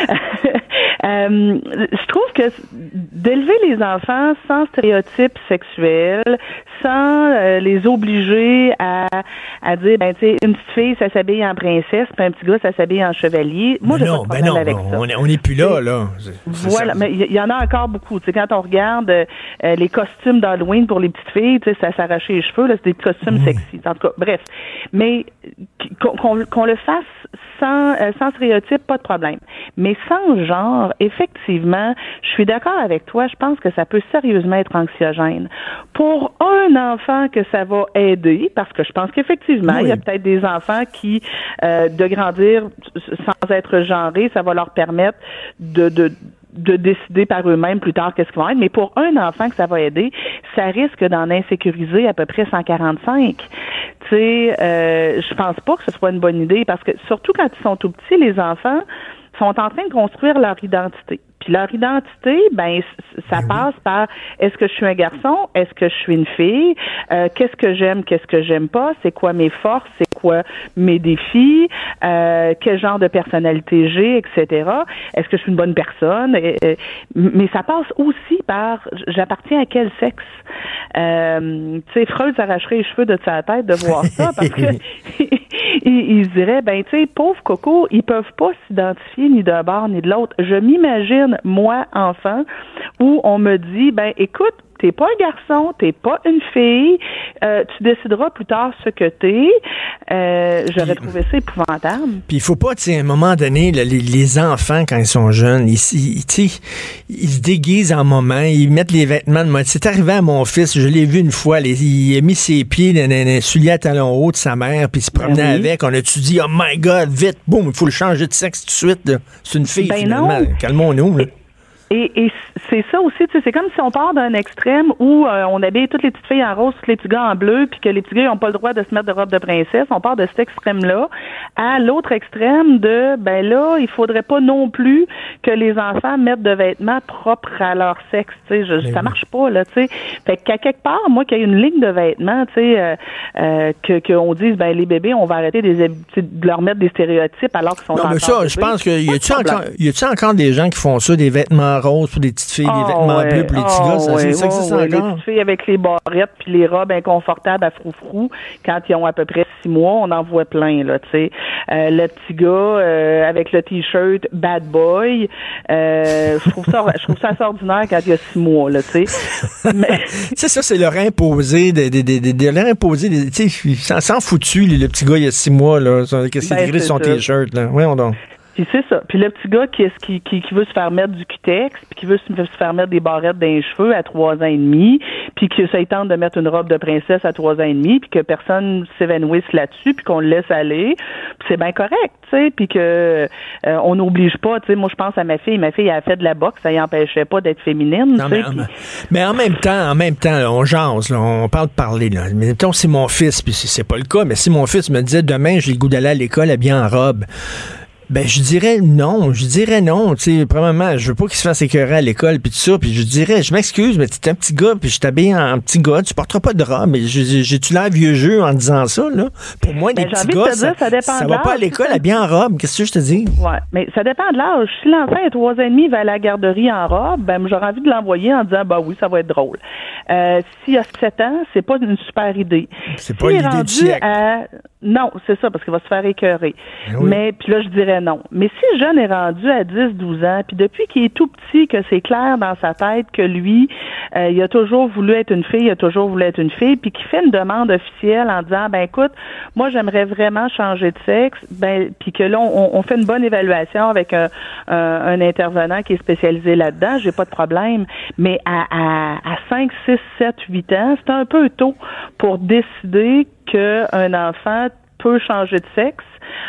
Speaker 12: euh, je trouve que d'élever les enfants sans stéréotypes sexuels, sans euh, les obliger à, à dire, ben tu sais, une petite fille, ça s'habille en princesse, puis un petit gars, ça s'habille en chevalier. Moi, j'ai pas de problème
Speaker 3: ben non,
Speaker 12: avec
Speaker 3: non,
Speaker 12: ça.
Speaker 3: On est, on est plus là, là. C'est, c'est
Speaker 12: voilà,
Speaker 3: ça.
Speaker 12: mais il y, y en a encore beaucoup. Tu sais, quand on regarde euh, les costumes d'Halloween pour les petites filles, tu sais, ça s'arrachait les cheveux, là, c'est des costumes mmh. sexy. En tout cas, bref. Mais qu'on, qu'on, qu'on le fasse sans, euh, sans stéréotype, pas de problème. Mais sans genre, effectivement, je suis d'accord avec toi, je pense que ça peut sérieusement être anxiogène. Pour un enfant que ça va aider, parce que je pense qu'effectivement, il oui. y a peut-être des enfants qui, euh, de grandir sans être genrés, ça va leur permettre de... de de décider par eux-mêmes plus tard qu'est-ce qu'ils vont être. Mais pour un enfant que ça va aider, ça risque d'en insécuriser à peu près cent quarante-cinq. Tu sais, euh, je pense pas que ce soit une bonne idée parce que surtout quand ils sont tout petits, les enfants sont en train de construire leur identité. Puis leur identité, ben ça ben passe oui. par est-ce que je suis un garçon, est-ce que je suis une fille, euh, qu'est-ce que j'aime, qu'est-ce que j'aime pas, c'est quoi mes forces, c'est quoi mes défis, euh, quel genre de personnalité j'ai, et cetera. Est-ce que je suis une bonne personne? Et, et, mais ça passe aussi par j'appartiens à quel sexe. Euh, tu sais, Freud s'arracherait les cheveux de sa tête de voir ça parce que il, il se dirait ben tu sais, pauvre coco, ils peuvent pas s'identifier ni d'un bord ni de l'autre. Je m'imagine moi, enfant, où on me dit, ben, écoute, t'es pas un garçon, t'es pas une fille, euh, tu décideras plus tard ce que t'es. Euh, j'aurais puis, trouvé ça épouvantable.
Speaker 3: Puis il faut pas, tu sais, à un moment donné, là, les, les enfants, quand ils sont jeunes, ils, ils, ils se déguisent en moment, ils mettent les vêtements de mode. C'est arrivé à mon fils, je l'ai vu une fois, les, il a mis ses pieds dans un soulier à talons hauts de sa mère, puis il se promenait ben oui. avec. On a-tu dit, oh my God, vite, boum, il faut le changer de sexe tout de suite. Là. C'est une fille, ben finalement. Non. Calmons-nous, là.
Speaker 12: Et, et c'est ça aussi, tu sais, c'est comme si on part d'un extrême où euh, on habille toutes les petites filles en rose, tous les petits gars en bleu, puis que les petits gars n'ont pas le droit de se mettre de robe de princesse. On part de cet extrême-là à l'autre extrême de, ben là, il faudrait pas non plus que les enfants mettent de vêtements propres à leur sexe, tu sais, je, ça
Speaker 3: oui.
Speaker 12: marche pas, là, tu sais. Fait qu'à quelque part, moi, qu'il y ait une ligne de vêtements, tu sais, euh, euh, que qu'on dise, ben les bébés, on va arrêter des, de leur mettre des stéréotypes alors qu'ils sont
Speaker 3: non,
Speaker 12: encore
Speaker 3: mais ça,
Speaker 12: bébés.
Speaker 3: je pense qu'il y a-tu encore, y a-tu encore des gens qui font ça, des vêtements roses pour les petites filles,
Speaker 12: oh,
Speaker 3: des vêtements
Speaker 12: ouais.
Speaker 3: bleus pour les petits
Speaker 12: oh,
Speaker 3: gars, ça,
Speaker 12: ouais,
Speaker 3: c'est ça que
Speaker 12: ouais,
Speaker 3: c'est
Speaker 12: ouais.
Speaker 3: encore?
Speaker 12: Les petites filles avec les barrettes puis les robes inconfortables à froufrou, quand ils ont à peu près six mois, on en voit plein, là, tu sais. Euh, le petit gars euh, avec le t-shirt bad boy, euh, je trouve ça, je trouve ça assez ordinaire quand il y a six mois, là, tu sais. Mais...
Speaker 3: tu sais, ça, c'est leur imposé, de, de, de, de, de leur imposer, tu sais, sans, sans foutu, le petit gars, il y a six mois, là, qu'est-ce qu'il
Speaker 12: ben,
Speaker 3: écrit sur son
Speaker 12: ça.
Speaker 3: t-shirt, là. Oui, on donc.
Speaker 12: Puis c'est ça. Puis le petit gars qui, est, qui, qui, qui veut se faire mettre du cutex, puis qui veut se, se faire mettre des barrettes dans les cheveux à trois ans et demi, puis qui ça tente de mettre une robe de princesse à trois ans et demi, puis que personne s'évanouisse là-dessus, puis qu'on le laisse aller, puis c'est bien correct, tu sais, puis que euh, on n'oblige pas, tu sais. Moi, je pense à ma fille. Ma fille, elle a fait de la boxe, ça y empêchait pas d'être féminine, tu sais.
Speaker 3: Mais, mais en même temps, en même temps, là, on jase, là, on parle de parler, là. Mais mettons, si mon fils, puis c'est pas le cas, mais si mon fils me disait demain, j'ai le goût d'aller à l'école habillé en robe. Ben, je dirais non, je dirais non, tu sais, premièrement, je veux pas qu'il se fasse écœurer à l'école puis tout ça, puis je dirais, je m'excuse, mais t'es un petit gars, puis je t'habille en, en petit gars, tu porteras pas de robe, mais j'ai-tu l'air vieux jeu en disant ça, là? Pour moi,
Speaker 12: ben,
Speaker 3: les petits gars, ça, ça, ça va pas à l'école habillé en robe, qu'est-ce que je te dis?
Speaker 12: Ouais, mais ça dépend de l'âge. Si l'enfant est trois ans et demi, il va à la garderie en robe, ben, j'aurais envie de l'envoyer en disant, bah oui, ça va être drôle. Euh, s'il a sept ans, c'est pas une super idée.
Speaker 3: C'est pas l'idée du siècle.
Speaker 12: À... Non, c'est ça, parce qu'il va se faire écœurer.
Speaker 3: Ben oui.
Speaker 12: Mais, puis là, je dirais non. Mais si le jeune est rendu à dix douze ans, puis depuis qu'il est tout petit, que c'est clair dans sa tête que lui, euh, il a toujours voulu être une fille, il a toujours voulu être une fille, puis qu'il fait une demande officielle en disant, ben écoute, moi, j'aimerais vraiment changer de sexe, ben, puis que là, on, on fait une bonne évaluation avec un, un, un intervenant qui est spécialisé là-dedans, j'ai pas de problème. Mais à, à, à cinq, six, sept, huit ans, c'est un peu tôt pour décider qu'un enfant peut changer de sexe,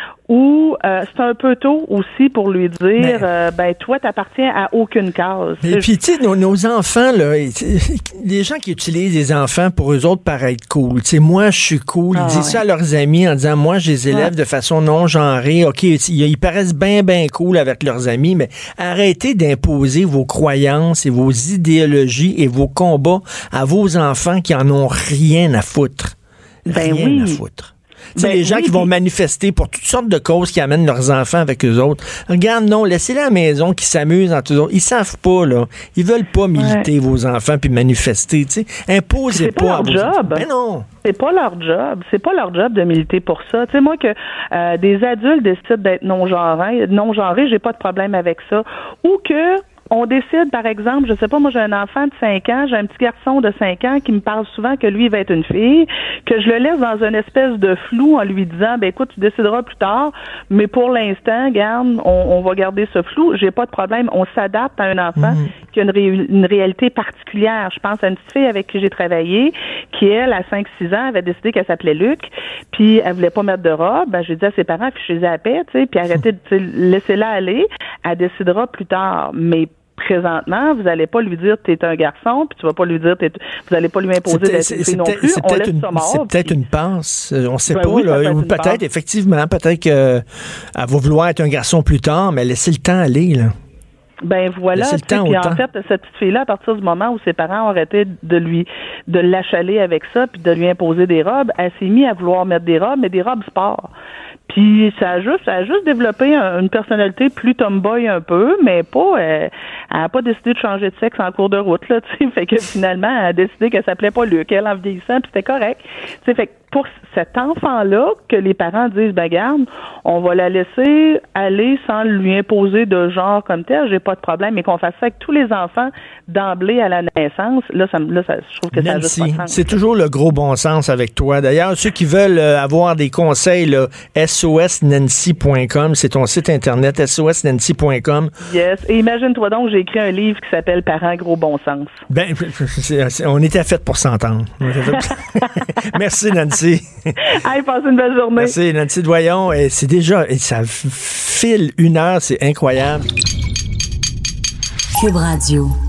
Speaker 12: ou euh, c'est un peu tôt aussi pour lui dire, mais, euh, ben toi, t'appartiens à aucune case.
Speaker 3: Et puis, tu sais, nos, nos enfants, là, les gens qui utilisent les enfants pour eux autres paraître cool. Tu sais, moi, je suis cool. Ils ah, disent ouais. ça à leurs amis en disant, moi, je les élève ouais. de façon non genrée. OK, ils paraissent bien, bien cool avec leurs amis, mais arrêtez d'imposer vos croyances et vos idéologies et vos combats à vos enfants qui en ont rien à foutre.
Speaker 12: Ben
Speaker 3: rien
Speaker 12: oui.
Speaker 3: à foutre. Ben, les gens
Speaker 12: oui,
Speaker 3: qui vont manifester pour toutes sortes de causes qui amènent leurs enfants avec eux autres. Regarde, non, laissez-les à la maison qui s'amusent entre eux autres. Ils savent pas, là. Ils veulent pas militer ouais. vos enfants puis manifester, tu sais. Imposez
Speaker 12: pas, pas
Speaker 3: à vos
Speaker 12: job.
Speaker 3: enfants. Ben non.
Speaker 12: C'est pas leur job. C'est pas leur job de militer pour ça. Tu sais, moi, que euh, des adultes décident d'être non-genrés, non-genrés, j'ai pas de problème avec ça. Ou que on décide, par exemple, je sais pas, moi j'ai un enfant de cinq ans, j'ai un petit garçon de cinq ans qui me parle souvent que lui il va être une fille, que je le laisse dans une espèce de flou en lui disant, ben écoute, tu décideras plus tard, mais pour l'instant, garde, on, on va garder ce flou, j'ai pas de problème, on s'adapte à un enfant mmh. qui a une, ré, une réalité particulière. Je pense à une petite fille avec qui j'ai travaillé, qui elle, à cinq six ans, avait décidé qu'elle s'appelait Luc, puis elle voulait pas mettre de robe, ben j'ai dit à ses parents, fichez-la à paix, tu sais, puis arrêtez de, laissez-la aller, elle décidera plus tard, mais présentement, vous n'allez pas lui dire t'es un garçon, puis tu vas pas lui dire t'es, vous n'allez pas lui imposer d'être une fille non plus. On laisse ça mort.
Speaker 3: C'est peut-être une passe. On sait
Speaker 12: ben
Speaker 3: pas.
Speaker 12: Oui,
Speaker 3: là.
Speaker 12: peut
Speaker 3: peut-être, peut-être effectivement, peut-être qu'elle va vouloir être un garçon plus tard, mais laissez le temps aller, là.
Speaker 12: Ben voilà. Puis en fait, cette petite fille-là, à partir du moment où ses parents ont arrêté de lui, de l'achaler avec ça, puis de lui imposer des robes, elle s'est mise à vouloir mettre des robes, mais des robes sport. Puis ça a juste, ça a juste développé un, une personnalité plus tomboy un peu, mais pas, euh, elle n'a pas décidé de changer de sexe en cours de route, là, tu sais. Fait que finalement, elle a décidé qu'elle s'appelait pas Luc, elle, en vieillissant, puis c'était correct. Tu sais, fait que pour cet enfant-là, que les parents disent, ben garde, on va la laisser aller sans lui imposer de genre comme tel, j'ai pas de problème, mais qu'on fasse ça avec tous les enfants d'emblée à la naissance, là, ça, là ça, je trouve que
Speaker 3: Nancy,
Speaker 12: ça a juste pas de sens.
Speaker 3: C'est toujours le gros bon sens avec toi. D'ailleurs, ceux qui veulent euh, avoir des conseils, là, S O S Nancy point com, c'est ton site internet, S O S Nancy point com.
Speaker 12: Yes, et imagine-toi donc, j'ai écrit un livre qui s'appelle Parents gros bon sens.
Speaker 3: Ben, c'est, c'est, on était fait pour s'entendre. Merci, Nancy.
Speaker 12: Allez, passez une belle journée.
Speaker 3: Merci, Nancy Doyon. Et c'est déjà, et ça file une heure, c'est incroyable.
Speaker 13: Cube Radio.